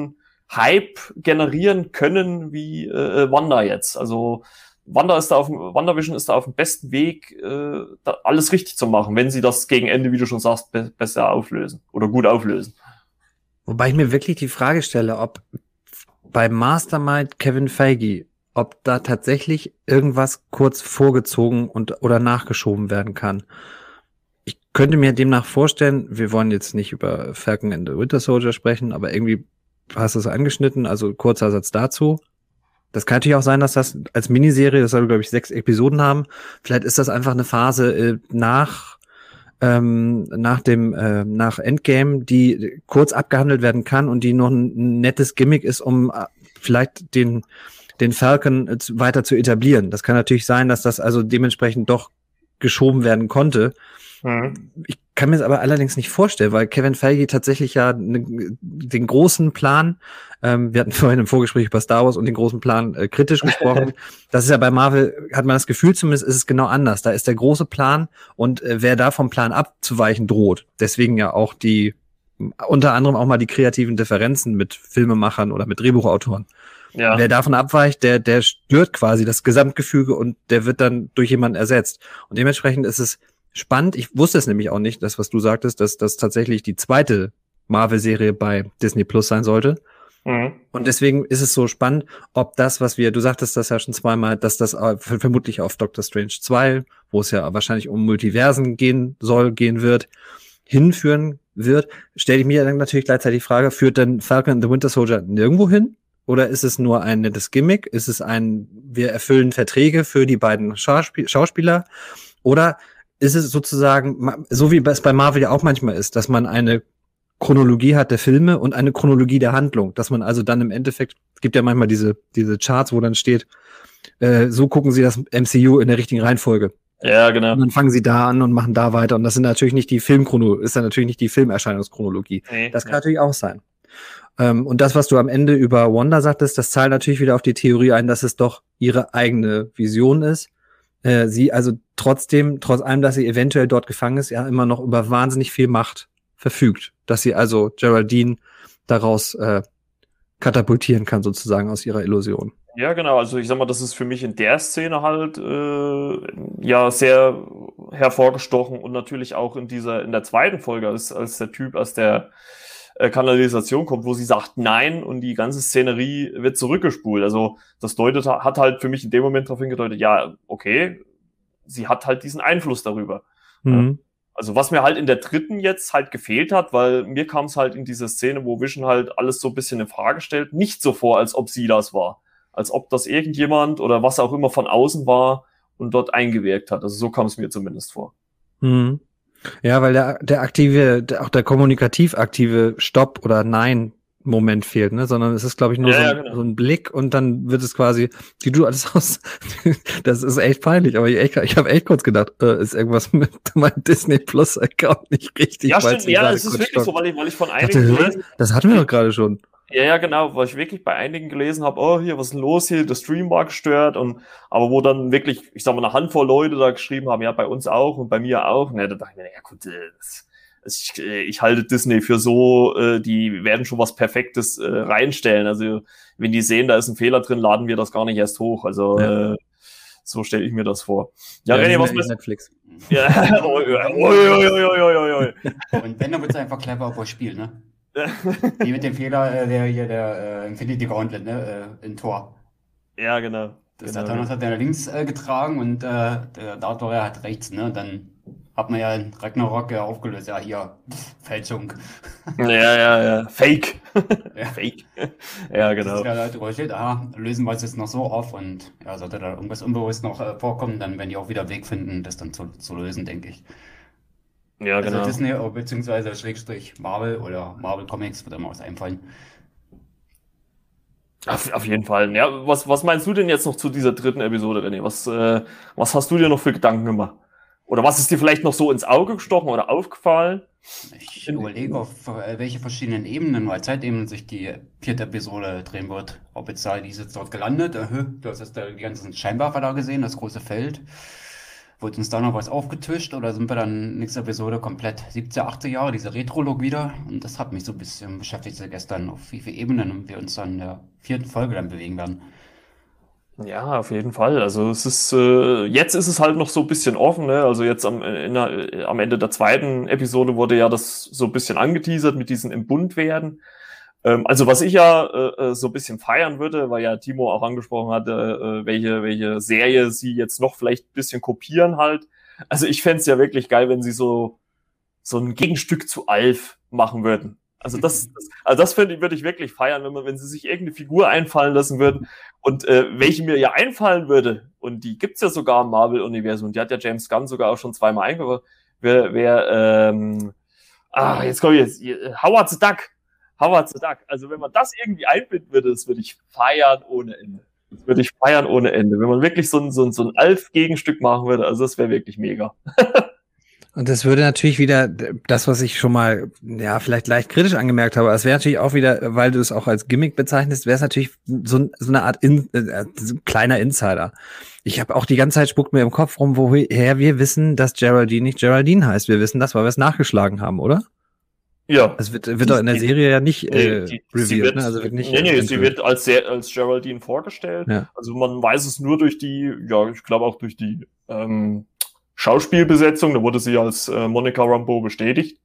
Hype generieren können wie Wanda jetzt. Also WandaVision ist da auf dem besten Weg, da alles richtig zu machen, wenn sie das gegen Ende, wie du schon sagst, besser auflösen oder gut auflösen. Wobei ich mir wirklich die Frage stelle, ob bei Mastermind Kevin Feige, ob da tatsächlich irgendwas kurz vorgezogen oder nachgeschoben werden kann. Ich könnte mir demnach vorstellen, wir wollen jetzt nicht über Falcon and the Winter Soldier sprechen, aber irgendwie hast du es angeschnitten, also kurzer Satz dazu. Das kann natürlich auch sein, dass das als Miniserie, das soll, glaube ich, 6 Episoden haben. Vielleicht ist das einfach eine Phase nach Endgame, die kurz abgehandelt werden kann und die noch ein nettes Gimmick ist, um vielleicht den Falcon weiter zu etablieren. Das kann natürlich sein, dass das also dementsprechend doch geschoben werden konnte. Ich kann mir das aber allerdings nicht vorstellen, weil Kevin Feige tatsächlich ja den großen Plan, wir hatten vorhin im Vorgespräch über Star Wars und den großen Plan kritisch gesprochen. Das ist ja bei Marvel, hat man das Gefühl zumindest, ist es genau anders. Da ist der große Plan und wer da vom Plan abzuweichen droht. Deswegen ja auch unter anderem auch mal die kreativen Differenzen mit Filmemachern oder mit Drehbuchautoren. Ja. Wer davon abweicht, der stört quasi das Gesamtgefüge und der wird dann durch jemanden ersetzt. Und dementsprechend ist es spannend. Ich wusste es nämlich auch nicht, das, was du sagtest, dass das tatsächlich die zweite Marvel-Serie bei Disney Plus sein sollte. Und deswegen ist es so spannend, ob das, du sagtest das ja schon zweimal, dass das vermutlich auf Doctor Strange 2, wo es ja wahrscheinlich um Multiversen gehen wird, hinführen wird. Stelle ich mir dann natürlich gleichzeitig die Frage, führt denn Falcon and the Winter Soldier nirgendwo hin? Oder ist es nur ein nettes Gimmick? Ist es wir erfüllen Verträge für die beiden Schauspieler? Oder ist es sozusagen, so wie es bei Marvel ja auch manchmal ist, dass man eine Chronologie hat der Filme und eine Chronologie der Handlung, dass man also dann im Endeffekt, es gibt ja manchmal diese Charts, wo dann steht, so gucken sie das MCU in der richtigen Reihenfolge. Ja, genau. Und dann fangen sie da an und machen da weiter und das sind natürlich nicht die ist dann natürlich nicht die Filmerscheinungschronologie. Nee, das kann natürlich auch sein. Und das, was du am Ende über Wanda sagtest, das zahlt natürlich wieder auf die Theorie ein, dass es doch ihre eigene Vision ist. Sie also trotz allem, dass sie eventuell dort gefangen ist, ja immer noch über wahnsinnig viel Macht verfügt, dass sie also Geraldine daraus katapultieren kann, sozusagen aus ihrer Illusion. Ja, genau. Also ich sag mal, das ist für mich in der Szene halt ja sehr hervorgestochen und natürlich auch in der zweiten Folge, als der Typ aus der Kanalisation kommt, wo sie sagt Nein und die ganze Szenerie wird zurückgespult. Also das hat halt für mich in dem Moment darauf hingedeutet, ja, okay, sie hat halt diesen Einfluss darüber. Mhm. Also was mir halt in der dritten jetzt halt gefehlt hat, weil mir kam es halt in dieser Szene, wo Vision halt alles so ein bisschen in Frage stellt, nicht so vor, als ob sie das war. Als ob das irgendjemand oder was auch immer von außen war und dort eingewirkt hat. Also so kam es mir zumindest vor. Mhm. Ja, weil auch der kommunikativ aktive Stopp- oder Nein-Moment fehlt, ne? Sondern es ist, glaube ich, nur so ein Blick und dann wird es quasi, wie du alles aus. Das ist echt peinlich, aber ich habe echt kurz gedacht, ist irgendwas mit meinem Disney Plus Account nicht richtig? Ja, stimmt, ja, es ist wirklich so, weil ich von einigen das hatten wir doch gerade schon. Ja, genau, weil ich wirklich bei einigen gelesen habe, oh, hier, was ist denn los hier, der Stream war gestört aber wo dann wirklich, ich sag mal, eine Handvoll Leute da geschrieben haben, ja, bei uns auch und bei mir auch, ne, da dachte ich mir, ja gut, ich halte Disney für so, die werden schon was Perfektes reinstellen, also wenn die sehen, da ist ein Fehler drin, laden wir das gar nicht erst hoch, also so stelle ich mir das vor. Ja, René, was mit Netflix? Ja, Und wenn, dann wird es einfach clever auf das Spiel, ne? Wie mit dem Fehler, der Infinity Gauntlet, ne, in Tor. Ja, genau. Thanos hat ja links getragen und der Darth Vader hat rechts, ne? Dann hat man ja in Ragnarok aufgelöst. Ja, hier, Fälschung. Ja. Fake. Ja. Fake. Ja, genau. Das ist ja steht, lösen wir es jetzt noch so auf und ja, sollte da irgendwas unbewusst noch vorkommen, dann werden die auch wieder Weg finden, das dann zu lösen, denke ich. Ja, genau. Also Disney beziehungsweise Schrägstrich Marvel oder Marvel Comics wird immer was einfallen. Auf jeden Fall. Ja, was meinst du denn jetzt noch zu dieser dritten Episode, René? Was hast du dir noch für Gedanken gemacht? Oder was ist dir vielleicht noch so ins Auge gestochen oder aufgefallen? Ich überlege, auf welche verschiedenen Ebenen oder Zeitebenen sich die vierte Episode drehen wird. Ob jetzt die ist jetzt dort gelandet, du hast jetzt die ganzen Scheinwerfer da gesehen, das große Feld. Wird uns da noch was aufgetischt oder sind wir dann nächste Episode komplett 70er, 80er Jahre, dieser Retro-Look wieder? Und das hat mich so ein bisschen beschäftigt seit gestern, auf wie viele Ebenen wir uns dann in der 4. Folge dann bewegen werden. Ja, auf jeden Fall. Also es ist jetzt ist es halt noch so ein bisschen offen, ne? Also jetzt am Ende der 2. Episode wurde ja das so ein bisschen angeteasert mit diesen im Bund werden. Also was ich ja so ein bisschen feiern würde, weil ja Timo auch angesprochen hatte, welche Serie sie jetzt noch vielleicht ein bisschen kopieren halt. Also ich fänd's ja wirklich geil, wenn sie so ein Gegenstück zu Alf machen würden. Also das würde ich wirklich feiern, wenn sie sich irgendeine Figur einfallen lassen würden und welche mir ja einfallen würde, und die gibt's ja sogar im Marvel-Universum, und die hat ja James Gunn sogar auch schon zweimal eingebaut, jetzt komme ich Howard the Duck. Howard the Duck. Also wenn man das irgendwie einbinden würde, das würde ich feiern ohne Ende. Das würde ich feiern ohne Ende. Wenn man wirklich so ein Alf-Gegenstück machen würde, also das wäre wirklich mega. Und das würde natürlich wieder das, was ich schon mal, ja, vielleicht leicht kritisch angemerkt habe, es wäre natürlich auch wieder, weil du es auch als Gimmick bezeichnest, wäre es natürlich so eine Art kleiner Insider. Ich habe auch die ganze Zeit spuckt mir im Kopf rum, woher wir wissen, dass Geraldine nicht Geraldine heißt. Wir wissen das, weil wir es nachgeschlagen haben, oder? Ja. Es wird doch in der Serie ja nicht revealed, ne? Also wird nicht. Nee, sie wird als Geraldine vorgestellt. Ja. Also man weiß es nur durch die, ja, ich glaube auch durch die Schauspielbesetzung. Da wurde sie als Monica Rambeau bestätigt.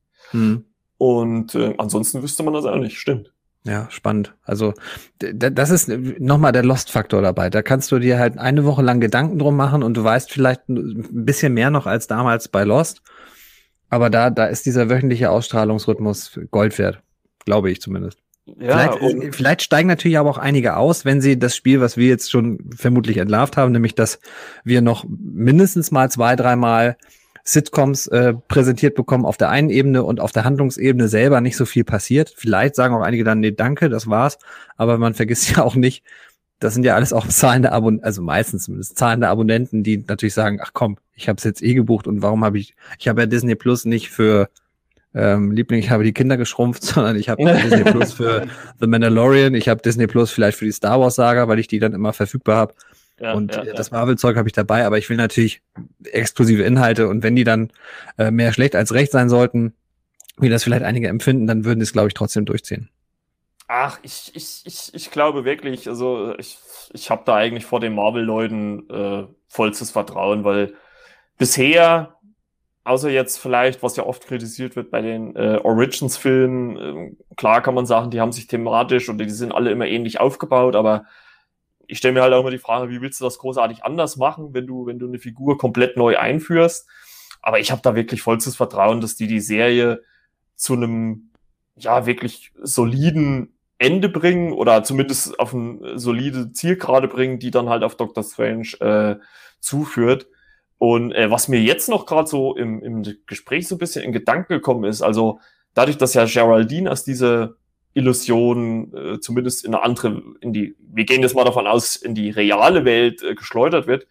Und ansonsten wüsste man das auch nicht. Stimmt. Ja, spannend. Also das ist nochmal der Lost-Faktor dabei. Da kannst du dir halt eine Woche lang Gedanken drum machen und du weißt vielleicht ein bisschen mehr noch als damals bei Lost. Aber da ist dieser wöchentliche Ausstrahlungsrhythmus Gold wert. Glaube ich zumindest. Ja, vielleicht steigen natürlich aber auch einige aus, wenn sie das Spiel, was wir jetzt schon vermutlich entlarvt haben, nämlich, dass wir noch mindestens mal 2-3 Mal Sitcoms präsentiert bekommen auf der einen Ebene und auf der Handlungsebene selber nicht so viel passiert. Vielleicht sagen auch einige dann, nee, danke, das war's. Aber man vergisst ja auch nicht, das sind ja alles auch zahlende Abonnenten, also meistens zumindest zahlende Abonnenten, die natürlich sagen, ach komm, ich habe es jetzt gebucht und warum habe ich habe ja Disney Plus nicht für Liebling, ich habe die Kinder geschrumpft, sondern ich habe Disney Plus für The Mandalorian, ich habe Disney Plus vielleicht für die Star Wars Saga, weil ich die dann immer verfügbar habe. Das Marvel-Zeug habe ich dabei, aber ich will natürlich exklusive Inhalte, und wenn die dann mehr schlecht als recht sein sollten, wie das vielleicht einige empfinden, dann würden die es, glaube ich, trotzdem durchziehen. Ach, ich glaube wirklich, also ich habe da eigentlich vor den Marvel-Leuten vollstes Vertrauen, weil bisher, außer jetzt vielleicht, was ja oft kritisiert wird bei den Origins-Filmen, klar kann man sagen, die haben sich thematisch oder die sind alle immer ähnlich aufgebaut, aber ich stelle mir halt auch immer die Frage, wie willst du das großartig anders machen, wenn du eine Figur komplett neu einführst? Aber ich habe da wirklich vollstes Vertrauen, dass die Serie zu einem, ja, wirklich soliden Ende bringen oder zumindest auf ein solide Zielgerade bringen, die dann halt auf Doctor Strange zuführt. Und was mir jetzt noch gerade so im Gespräch so ein bisschen in Gedanken gekommen ist, also dadurch, dass ja Geraldine aus dieser Illusion zumindest in eine andere, wir gehen jetzt mal davon aus, in die reale Welt geschleudert wird,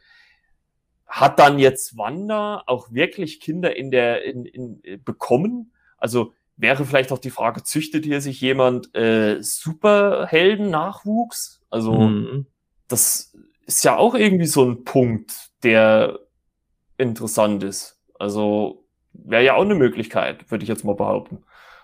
hat dann jetzt Wanda auch wirklich Kinder bekommen? Also wäre vielleicht auch die Frage, züchtet hier sich jemand Superhelden-Nachwuchs? Also das ist ja auch irgendwie so ein Punkt, der interessant ist. Also wäre ja auch eine Möglichkeit, würde ich jetzt mal behaupten.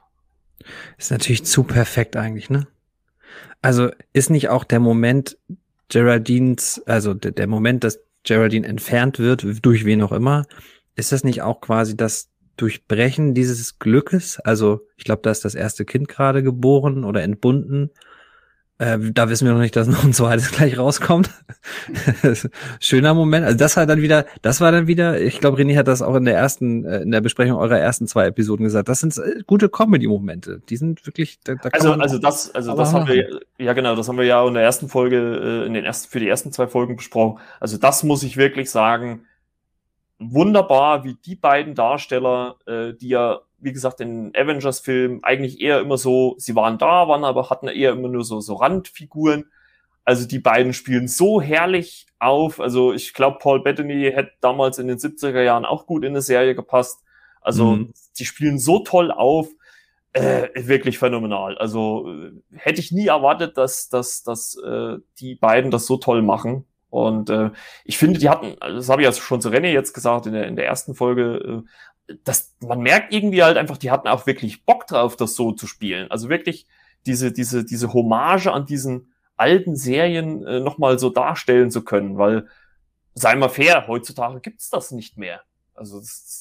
Ist natürlich zu perfekt eigentlich, ne? Also ist nicht auch der Moment Geraldines, also der Moment, dass Geraldine entfernt wird, durch wen auch immer, ist das nicht auch quasi das Durchbrechen dieses Glückes? Also ich glaube, da ist das erste Kind gerade geboren oder entbunden. Da wissen wir noch nicht, dass noch ein zweites gleich rauskommt. Schöner Moment. Also das war dann wieder, ich glaube, René hat das auch in der Besprechung eurer ersten 2 Episoden gesagt. Das sind gute Comedy-Momente. Die sind wirklich, das haben wir, ja genau, das haben wir ja in der ersten Folge, für die ersten 2 Folgen besprochen. Also das muss ich wirklich sagen, wunderbar, wie die beiden Darsteller, die ja, wie gesagt, in Avengers-Filmen eigentlich eher immer so, sie waren aber hatten eher immer nur so Randfiguren. Also die beiden spielen so herrlich auf. Also ich glaube, Paul Bettany hätte damals in den 70er Jahren auch gut in eine Serie gepasst. Also die spielen so toll auf. Wirklich phänomenal. Also hätte ich nie erwartet, dass die beiden das so toll machen. Und ich finde, die hatten, das habe ich ja schon zu René jetzt gesagt in der ersten Folge, dass man merkt irgendwie halt einfach, die hatten auch wirklich Bock drauf, das so zu spielen. Also wirklich diese Hommage an diesen alten Serien nochmal so darstellen zu können, weil, sei mal fair, heutzutage gibt's das nicht mehr. Also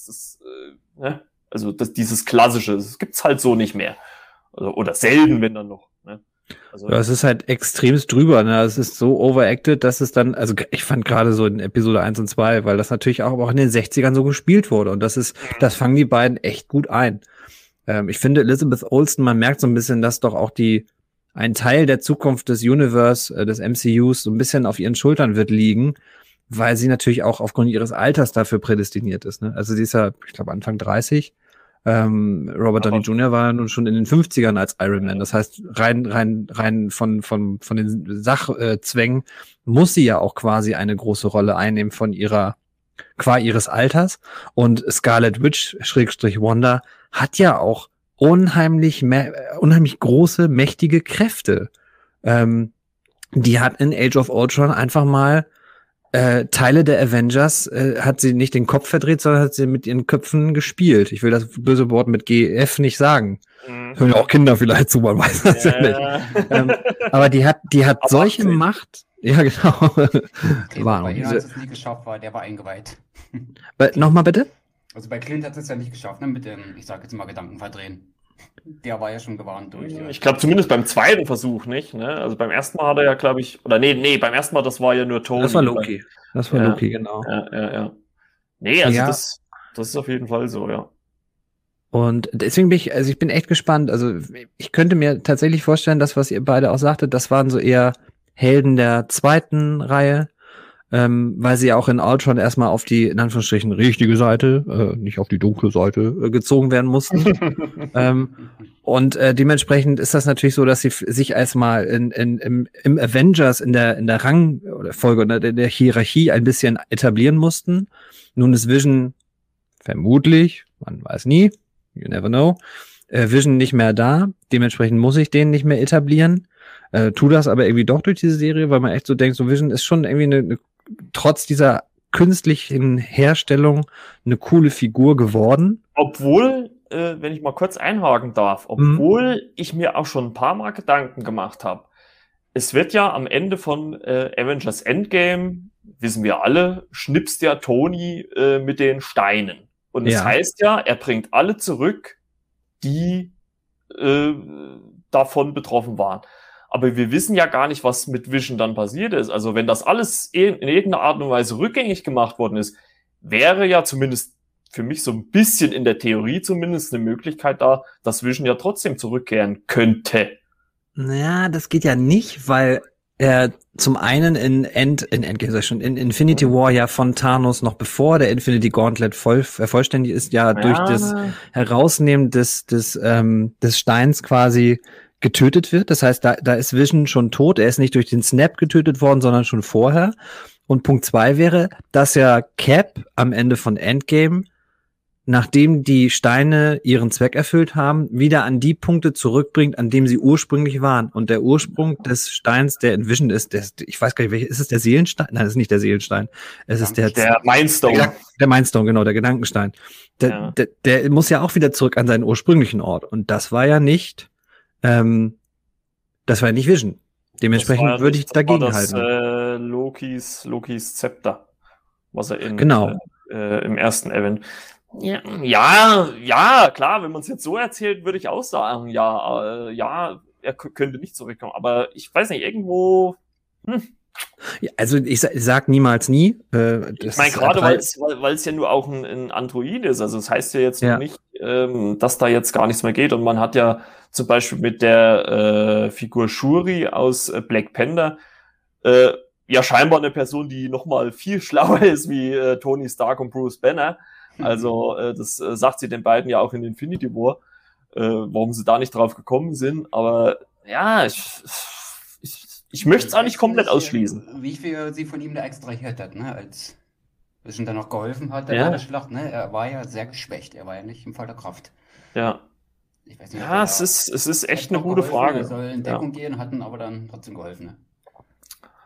ne? Also dieses Klassische, das gibt's halt so nicht mehr. Oder selten, wenn dann noch. Ne? Also, Ja, es ist halt extremst drüber, ne? Es ist so overacted, dass es dann, also ich fand gerade so in Episode 1 und 2, weil das natürlich auch in den 60ern so gespielt wurde und das fangen die beiden echt gut ein. Ich finde Elizabeth Olsen, man merkt so ein bisschen, dass doch auch ein Teil der Zukunft des Universe, des MCUs so ein bisschen auf ihren Schultern wird liegen, weil sie natürlich auch aufgrund ihres Alters dafür prädestiniert ist, ne? Also sie ist ja, ich glaube, Anfang 30. Robert Downey Jr. war nun schon in den 50ern als Iron Man. Das heißt, rein von den Sachzwängen muss sie ja auch quasi eine große Rolle einnehmen qua ihres Alters. Und Scarlet Witch, / Wanda, hat ja auch unheimlich große, mächtige Kräfte. Die hat in Age of Ultron einfach mal Teile der Avengers hat sie nicht den Kopf verdreht, sondern hat sie mit ihren Köpfen gespielt. Ich will das böse Wort mit GF nicht sagen. Hören ja auch Kinder vielleicht zu, man weiß das ja nicht. Aber die hat solche 18. Macht. Ja, genau. Okay, War bei noch ihr diese- hat es nie geschafft, der war eingeweiht. Nochmal bitte? Also bei Clint hat es ja nicht geschafft, ne, mit dem, ich sag jetzt mal, Gedanken verdrehen. Der war ja schon gewarnt durch. ich glaube zumindest beim zweiten Versuch nicht, ne? Also beim ersten Mal hat er ja, glaube ich, oder nee, beim ersten Mal, das war ja nur Tony. Das war Loki. Das war Ja. Loki, genau. Ja. Nee, also Ja. das ist auf jeden Fall so, ja. Und deswegen ich bin echt gespannt. Also ich könnte mir tatsächlich vorstellen, das, was ihr beide auch sagtet, das waren so eher Helden der zweiten Reihe, weil sie auch in Ultron erstmal auf die, in Anführungsstrichen, richtige Seite, nicht auf die dunkle Seite, gezogen werden mussten. Und dementsprechend ist das natürlich so, dass sie sich erstmal im Avengers in der Rang oder Folge oder in der Hierarchie ein bisschen etablieren mussten. Nun ist Vision vermutlich, man weiß nie, you never know, Vision nicht mehr da. Dementsprechend muss ich den nicht mehr etablieren. Tu das aber irgendwie doch durch diese Serie, weil man echt so denkt, so Vision ist schon irgendwie trotz dieser künstlichen Herstellung eine coole Figur geworden. Obwohl, wenn ich mal kurz einhaken darf, obwohl ich mir auch schon ein paar Mal Gedanken gemacht habe, es wird ja am Ende von Avengers Endgame, wissen wir alle, schnipst ja Tony mit den Steinen. Und es heißt ja, er bringt alle zurück, die davon betroffen waren. Aber wir wissen ja gar nicht, was mit Vision dann passiert ist. Also wenn das alles in irgendeiner Art und Weise rückgängig gemacht worden ist, wäre ja zumindest für mich so ein bisschen in der Theorie zumindest eine Möglichkeit da, dass Vision ja trotzdem zurückkehren könnte. Naja, das geht ja nicht, weil er zum einen in Infinity War ja von Thanos noch bevor der Infinity Gauntlet vollständig ist, durch das Herausnehmen des Steins quasi getötet wird. Das heißt, da ist Vision schon tot. Er ist nicht durch den Snap getötet worden, sondern schon vorher. Und Punkt 2 wäre, dass ja Cap am Ende von Endgame, nachdem die Steine ihren Zweck erfüllt haben, wieder an die Punkte zurückbringt, an dem sie ursprünglich waren. Und der Ursprung des Steins, der in Vision ist, ich weiß gar nicht, welcher, ist es der Seelenstein? Nein, das ist nicht der Seelenstein. Es ist der Mindstone. Der Mindstone, genau, der Gedankenstein. Der muss ja auch wieder zurück an seinen ursprünglichen Ort. Und das war ja nicht Vision. Dementsprechend würde ich dagegen halten. Lokis Zepter, was er genau. Im ersten Event. Ja, klar, wenn man es jetzt so erzählt, würde ich auch sagen, er könnte nicht zurückkommen. Aber ich weiß nicht, irgendwo. Ja, also ich sag niemals nie. Ich meine, gerade weil es ja nur auch ein Android ist. Also das heißt ja jetzt noch nicht, dass da jetzt gar nichts mehr geht. Und man hat ja zum Beispiel mit der Figur Shuri aus Black Panther ja scheinbar eine Person, die noch mal viel schlauer ist wie Tony Stark und Bruce Banner. Also das sagt sie den beiden ja auch in Infinity War, warum sie da nicht drauf gekommen sind. Aber ja, ich möchte es auch nicht komplett ausschließen. Wie viel sie von ihm da extrahiert hat, ne? Als Vision dann noch geholfen hat in der Schlacht, ne? Er war ja sehr geschwächt, er war ja nicht im Fall der Kraft. Ja. Ich weiß nicht, es ist echt eine gute Frage. Er soll in Deckung gehen, hatten aber dann trotzdem geholfen, ne?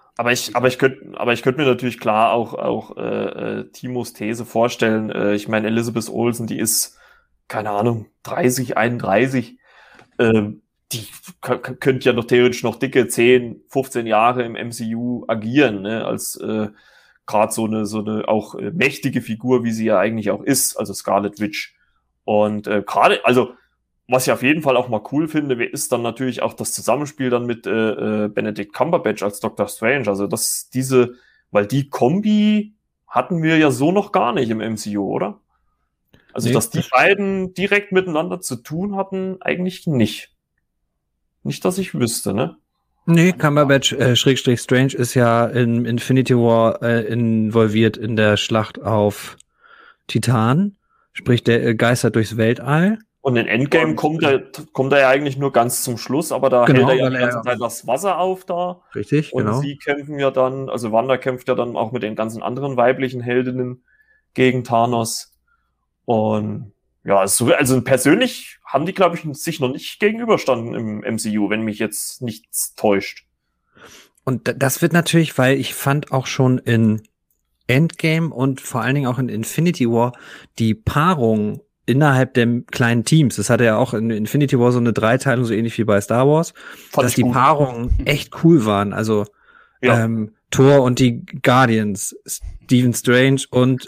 Aber ich könnte mir natürlich klar auch Timos These vorstellen. Ich meine, Elizabeth Olsen, die ist, keine Ahnung, 30, 31. Die könnte ja noch theoretisch noch dicke 10, 15 Jahre im MCU agieren, ne? Als gerade so eine auch mächtige Figur, wie sie ja eigentlich auch ist, also Scarlet Witch. Und gerade, also was ich auf jeden Fall auch mal cool finde, ist dann natürlich auch das Zusammenspiel dann mit Benedict Cumberbatch als Doctor Strange. Also weil die Kombi hatten wir ja so noch gar nicht im MCU, oder? Also Nee, dass die beiden direkt miteinander zu tun hatten, eigentlich nicht. Nicht, dass ich wüsste, ne? Nee, Cumberbatch Schrägstrich Strange ist ja in Infinity War involviert in der Schlacht auf Titan. Sprich, der geistert durchs Weltall. Und in Endgame kommt er ja eigentlich nur ganz zum Schluss, aber da Genau, hält er ja weil die er ganze Zeit das Wasser auf da. Richtig, Und genau. sie kämpfen ja dann, also Wanda kämpft ja dann auch mit den ganzen anderen weiblichen Heldinnen gegen Thanos. Und ja, also persönlich haben die, glaube ich, sich noch nicht gegenüberstanden im MCU, wenn mich jetzt nichts täuscht. Und das wird natürlich, weil ich fand auch schon in Endgame und vor allen Dingen auch in Infinity War die Paarung innerhalb der kleinen Teams, das hatte ja auch in Infinity War so eine Dreiteilung, so ähnlich wie bei Star Wars, dass die Paarungen echt cool waren. Also Ja. Thor und die Guardians, Stephen Strange und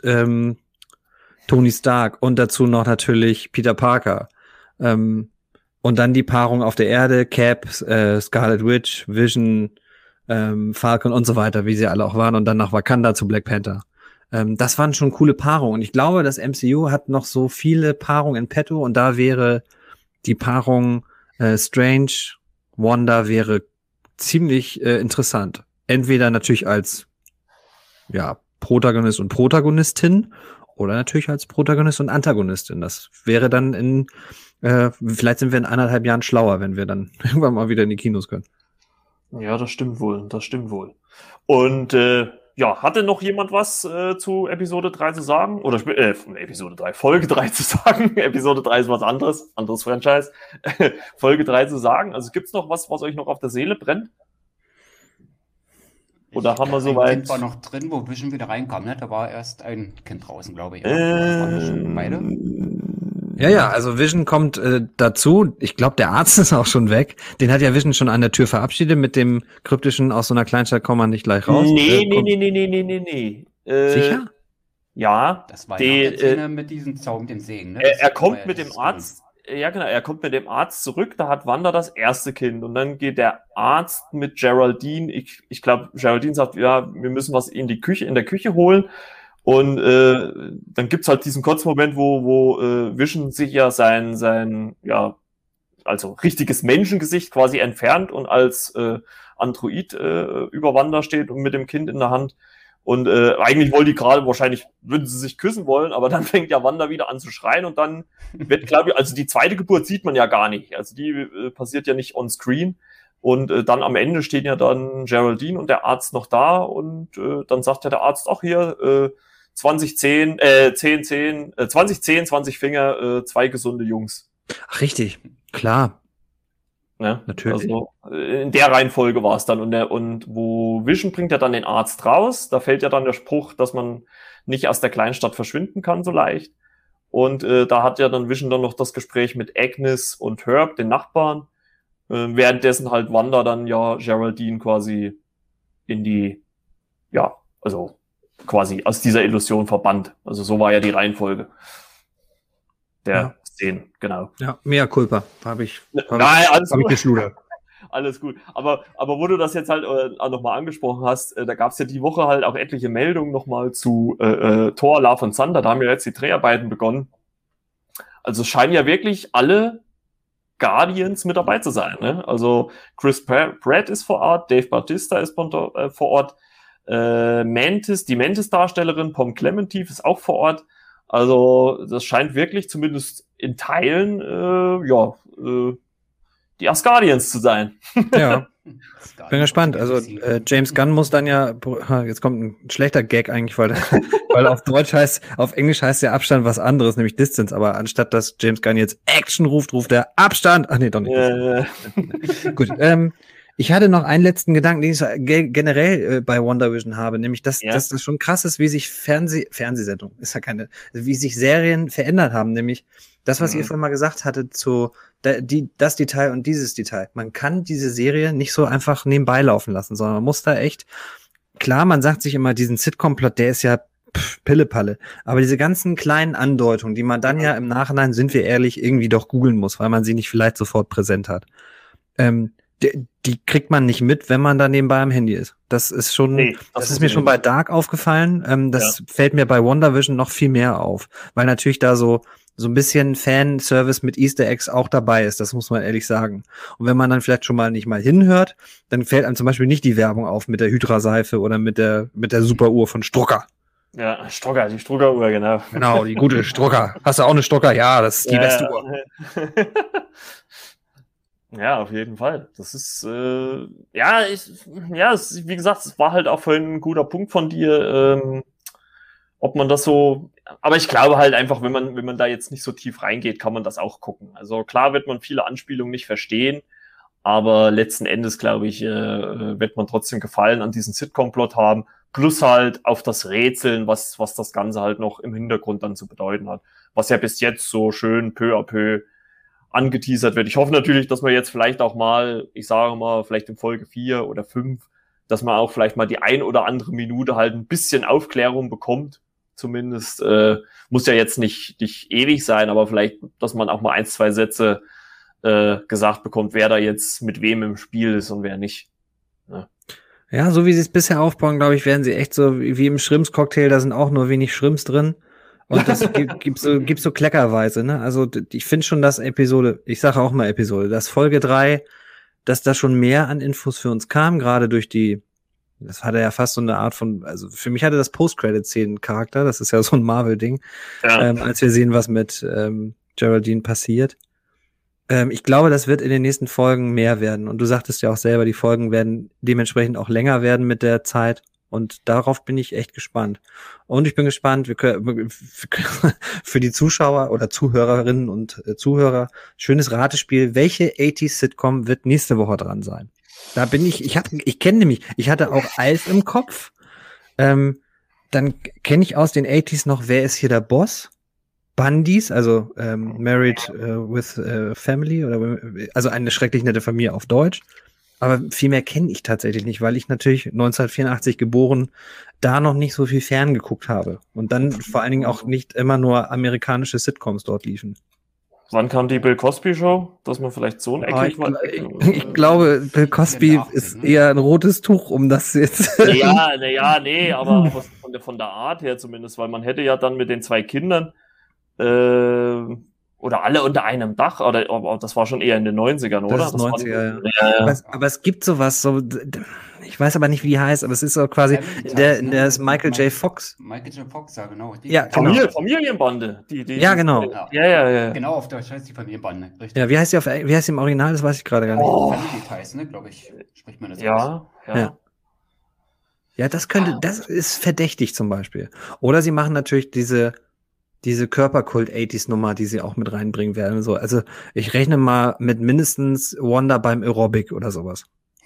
Tony Stark und dazu noch natürlich Peter Parker. Und dann die Paarung auf der Erde, Cap, Scarlet Witch, Vision, Falcon und so weiter, wie sie alle auch waren, und dann nach Wakanda zu Black Panther. Das waren schon coole Paarungen. Und ich glaube, das MCU hat noch so viele Paarungen in petto, und da wäre die Paarung Strange, Wanda wäre ziemlich interessant. Entweder natürlich als Protagonist und Protagonistin oder natürlich als Protagonist und Antagonistin. Das wäre dann vielleicht sind wir in 1,5 Jahren schlauer, wenn wir dann irgendwann mal wieder in die Kinos können. Ja, das stimmt wohl, Und hatte noch jemand was zu Episode 3 zu sagen? Oder Episode 3, Folge 3 zu sagen? Episode 3 ist was anderes Franchise. Folge 3 zu sagen. Also gibt's noch was euch noch auf der Seele brennt? Oder haben wir Ein soweit? Kind war noch drin, wo Vision wieder reinkam, ne? Da war erst ein Kind draußen, glaube ich. Oder? Das waren das schon beide. Ja, also Vision kommt dazu. Ich glaube, der Arzt ist auch schon weg. Den hat ja Vision schon an der Tür verabschiedet mit dem kryptischen, aus so einer Kleinstadt kommt man nicht gleich raus. Nee. Sicher? Ja. Das war ja die Szene mit diesem Zaun, dem Segen, ne? Er kommt mit dem Arzt. Ja, genau, er kommt mit dem Arzt zurück, da hat Wanda das erste Kind und dann geht der Arzt mit Geraldine, ich glaube, Geraldine sagt, ja, wir müssen was in der Küche holen. Und dann gibt's halt diesen kurzen Moment, wo Vision sich ja sein also richtiges Menschengesicht quasi entfernt und als Android über Wanda steht und mit dem Kind in der Hand. Und eigentlich wollen die gerade, wahrscheinlich würden sie sich küssen wollen, aber dann fängt ja Wanda wieder an zu schreien und dann wird, glaube ich, also die zweite Geburt sieht man ja gar nicht. Also die passiert ja nicht on screen. Und dann am Ende stehen ja dann Geraldine und der Arzt noch da und dann sagt ja der Arzt, ach hier, 2010, 20 Finger, 2 gesunde Jungs. Ach, richtig, klar. Ja, natürlich. Also in der Reihenfolge war es dann. Und wo Vision bringt ja dann den Arzt raus, da fällt ja dann der Spruch, dass man nicht aus der Kleinstadt verschwinden kann so leicht. Und da hat ja dann Vision dann noch das Gespräch mit Agnes und Herb, den Nachbarn. Währenddessen halt Wanda dann ja Geraldine quasi also quasi aus dieser Illusion verbannt. Also so war ja die Reihenfolge der Szenen, genau. Ja, mea culpa. Hab ich geschludert. Alles gut. Aber wo du das jetzt halt auch nochmal angesprochen hast, da gab es ja die Woche halt auch etliche Meldungen nochmal zu Thor, Love and Thunder. Da haben ja jetzt die Dreharbeiten begonnen. Also es scheinen ja wirklich alle Guardians mit dabei zu sein. Ne? Also Chris Pratt ist vor Ort, Dave Bautista ist vor Ort, die Mantis-Darstellerin Pom Clementif ist auch vor Ort. Also das scheint wirklich zumindest in Teilen die Asgardians zu sein. Ja, bin gespannt. Also James Gunn muss dann ja, jetzt kommt ein schlechter Gag eigentlich, weil auf Englisch heißt der Abstand was anderes, nämlich Distance, aber anstatt dass James Gunn jetzt Action ruft er Abstand. Ach nee, doch nicht. Gut, Ich hatte noch einen letzten Gedanken, den ich so generell bei WandaVision habe, nämlich, dass Ja. das schon krass ist, wie sich Fernsehsendungen, ist ja keine, wie sich Serien verändert haben, nämlich das, was ihr vorhin mal gesagt hattet, das Detail und dieses Detail. Man kann diese Serie nicht so einfach nebenbei laufen lassen, sondern man muss da echt, klar, man sagt sich immer, diesen Sitcom-Plot, der ist ja Pillepalle, aber diese ganzen kleinen Andeutungen, die man dann ja im Nachhinein, sind wir ehrlich, irgendwie doch googeln muss, weil man sie nicht vielleicht sofort präsent hat. Die kriegt man nicht mit, wenn man da nebenbei am Handy ist. Das ist schon, Nee, das ist mir schon bei Dark aufgefallen. Das fällt mir bei WandaVision noch viel mehr auf, weil natürlich da so ein bisschen Fanservice mit Easter Eggs auch dabei ist. Das muss man ehrlich sagen. Und wenn man dann vielleicht schon mal nicht mal hinhört, dann fällt einem zum Beispiel nicht die Werbung auf mit der Hydra-Seife oder mit der Superuhr von Strucker. Ja, Stocker, die Strucker-Uhr, genau. Genau, die gute Strucker. Hast du auch eine Strucker? Ja, das ist die beste Uhr. Ja, auf jeden Fall. Das ist, wie gesagt, es war halt auch vorhin ein guter Punkt von dir, ob man das so, aber ich glaube halt einfach, wenn man da jetzt nicht so tief reingeht, kann man das auch gucken. Also klar wird man viele Anspielungen nicht verstehen, aber letzten Endes, glaube ich, wird man trotzdem Gefallen an diesen Sitcom-Plot haben, plus halt auf das Rätseln, was das Ganze halt noch im Hintergrund dann zu bedeuten hat. Was ja bis jetzt so schön peu à peu angeteasert wird. Ich hoffe natürlich, dass man jetzt vielleicht auch mal, ich sage mal, vielleicht in Folge 4 oder 5, dass man auch vielleicht mal die ein oder andere Minute halt ein bisschen Aufklärung bekommt. Zumindest muss ja jetzt nicht ewig sein, aber vielleicht, dass man auch mal 1, 2 Sätze gesagt bekommt, wer da jetzt mit wem im Spiel ist und wer nicht. Ja, so wie sie es bisher aufbauen, glaube ich, werden sie echt so wie im Shrimps-Cocktail, da sind auch nur wenig Shrimps drin. Und das gibt so kleckerweise, ne? Also ich finde schon, dass ich sage auch mal Episode, dass Folge 3, dass da schon mehr an Infos für uns kam, gerade durch das hatte ja fast so eine Art von, also für mich hatte das Post-Credit-Szenen-Charakter, das ist ja so ein Marvel-Ding, als wir sehen, was mit Geraldine passiert. Ich glaube, das wird in den nächsten Folgen mehr werden. Und du sagtest ja auch selber, die Folgen werden dementsprechend auch länger werden mit der Zeit. Und darauf bin ich echt gespannt. Und ich bin gespannt, für die Zuschauer oder Zuhörerinnen und Zuhörer, schönes Ratespiel. Welche 80s-Sitcom wird nächste Woche dran sein? Da bin ich kenne nämlich, ich hatte auch Alf im Kopf. Dann kenne ich aus den 80s noch, wer ist hier der Boss? Bundys, also Married with Family, oder also eine schrecklich nette Familie auf Deutsch. Aber viel mehr kenne ich tatsächlich nicht, weil ich natürlich 1984 geboren, da noch nicht so viel ferngeguckt habe. Und dann vor allen Dingen auch nicht immer nur amerikanische Sitcoms dort liefen. Wann kam die Bill Cosby Show? Dass man vielleicht so ein Eck ich glaube, Bill Cosby ist eher ein rotes Tuch, um das jetzt. Nee, aber von der Art her zumindest, weil man hätte ja dann mit den 2 Kindern oder alle unter einem Dach, oder das war schon eher in den 90ern, oder? Das ist 90er, ja. Aber es gibt sowas, ich weiß aber nicht, wie die heißt, aber es ist so quasi, in der ist Michael J. Fox. Michael J. Fox, ja, genau. Ja, genau. Familienbande. Ja, genau. Ja. Genau, auf Deutsch heißt die Familienbande, richtig. Ja, wie heißt die im Original? Das weiß ich gerade gar nicht. Family Ties, ne, glaube ich, spricht man das aus. Ja. Ja, das ist verdächtig zum Beispiel. Oder sie machen natürlich diese Körperkult-80s-Nummer, die sie auch mit reinbringen werden. So, also ich rechne mal mit mindestens Wanda beim Aerobic oder sowas.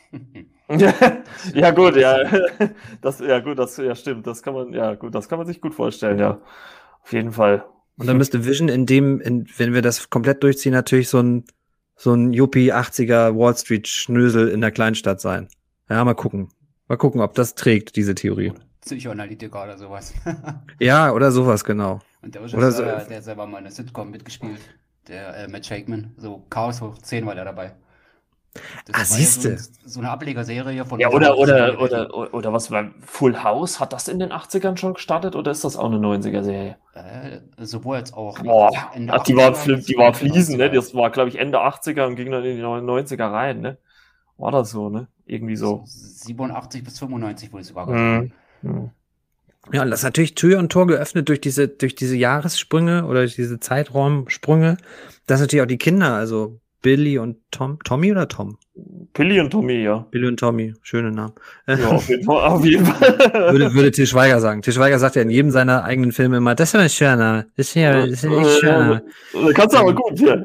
Ja gut, ja. Das stimmt. Das kann man sich gut vorstellen, ja. Auf jeden Fall. Und dann müsste Vision wenn wir das komplett durchziehen, natürlich so ein Yuppie 80er Wall Street Schnösel in der Kleinstadt sein. Ja, mal gucken. Mal gucken, ob das trägt, diese Theorie. Psychoanalytiker oder sowas. Ja, oder sowas, genau. Und der Regisseur, der selber mal in der Sitcom mitgespielt, der Matt Shackman, so Chaos hoch 10 war der dabei. Siehste. Ja so eine Ablegerserie von... Ja, oder was war Full House? Hat das in den 80ern schon gestartet oder ist das auch eine 90er-Serie? Sowohl als auch. Boah, die war fließend, ne? Das war, glaube ich, Ende 80er und ging dann in die 90er rein, ne? War das so, ne? Irgendwie so. 87 bis 95 wurde es sogar gemacht. Ja, und das ist natürlich Tür und Tor geöffnet durch diese Jahressprünge oder durch diese Zeitraumsprünge. Das natürlich auch die Kinder, also Billy und Tom. Tommy oder Tom? Billy und Tommy, ja. Billy und Tommy, schöne Namen. Ja, auf jeden Fall. würde Til Schweiger sagen. Til Schweiger sagt ja in jedem seiner eigenen Filme immer, das ist aber ein schöner. Das ist ja echt schöner. Kannst du aber gut, ja.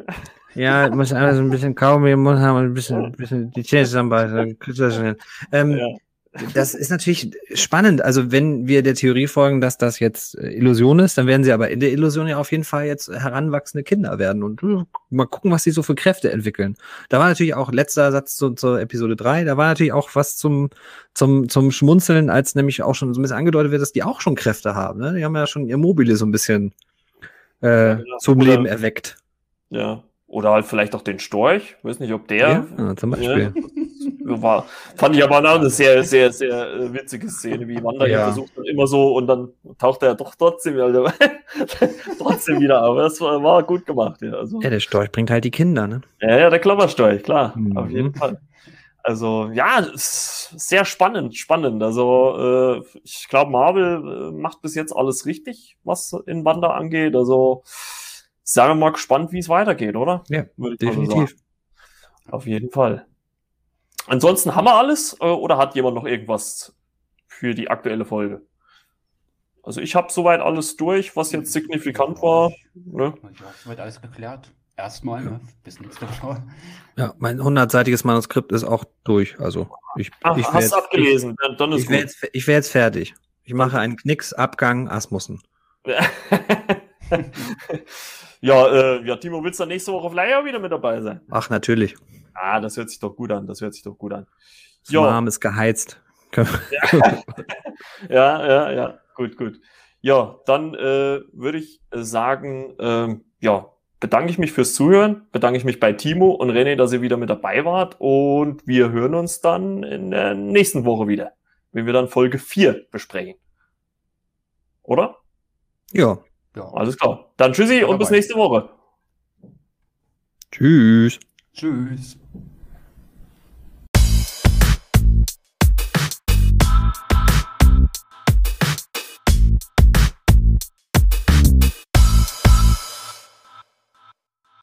Ja, muss einfach so ein bisschen Kaugummi im Mund haben und ein bisschen die Zähne zusammenbeißen. Dann kriegst du das schon hin. Ja. Das ist natürlich spannend. Also wenn wir der Theorie folgen, dass das jetzt Illusion ist, dann werden sie aber in der Illusion ja auf jeden Fall jetzt heranwachsende Kinder werden und mal gucken, was sie so für Kräfte entwickeln. Da war natürlich auch letzter Satz zur Episode 3, da war natürlich auch was zum Schmunzeln, als nämlich auch schon so ein bisschen angedeutet wird, dass die auch schon Kräfte haben. Ne? Die haben ja schon ihr Mobile so ein bisschen zum Oder- Leben erweckt. Ja. Oder halt vielleicht auch den Storch. Ich weiß nicht, ob der. Ja, zum Beispiel. Fand ich aber auch eine sehr, sehr, sehr witzige Szene, wie Wanda Ja. ja versucht dann immer so und dann taucht er doch trotzdem wieder, trotzdem auf. Das war gut gemacht, ja. Also, Ja, der Storch bringt halt die Kinder, ne? ja, der Klapperstorch, klar, auf Mhm. jeden Fall. Also, ja, ist sehr spannend. Also, ich glaube, Marvel macht bis jetzt alles richtig, was in Wanda angeht. Also, sagen wir mal gespannt, wie es weitergeht, oder? Ja, Würde ich mal so definitiv. sagen. Auf jeden Fall. Ansonsten haben wir alles oder hat jemand noch irgendwas für die aktuelle Folge? Also ich habe soweit alles durch, was jetzt signifikant war. Ne? Ja, soweit alles geklärt. Erstmal, ne? Bis nächste Woche. Ja, mein 100-seitiges Manuskript ist auch durch. Also ich Ach, wär hast du abgelesen, dann ist Ich wäre gut. jetzt, wär jetzt fertig. Ich mache einen Knicks, Abgang, Asmussen. Ja, Timo, willst du nächste Woche vielleicht auch wieder mit dabei sein? Ach, natürlich. Ah, das hört sich doch gut an. Das Warm ist geheizt. Ja. Gut. Ja, dann würde ich sagen, bedanke ich mich fürs Zuhören, bedanke ich mich bei Timo und René, dass ihr wieder mit dabei wart und wir hören uns dann in der nächsten Woche wieder, wenn wir dann Folge 4 besprechen. Oder? Ja. Ja. Alles klar. Dann tschüssi und bis nächste Woche. Tschüss. Tschüss.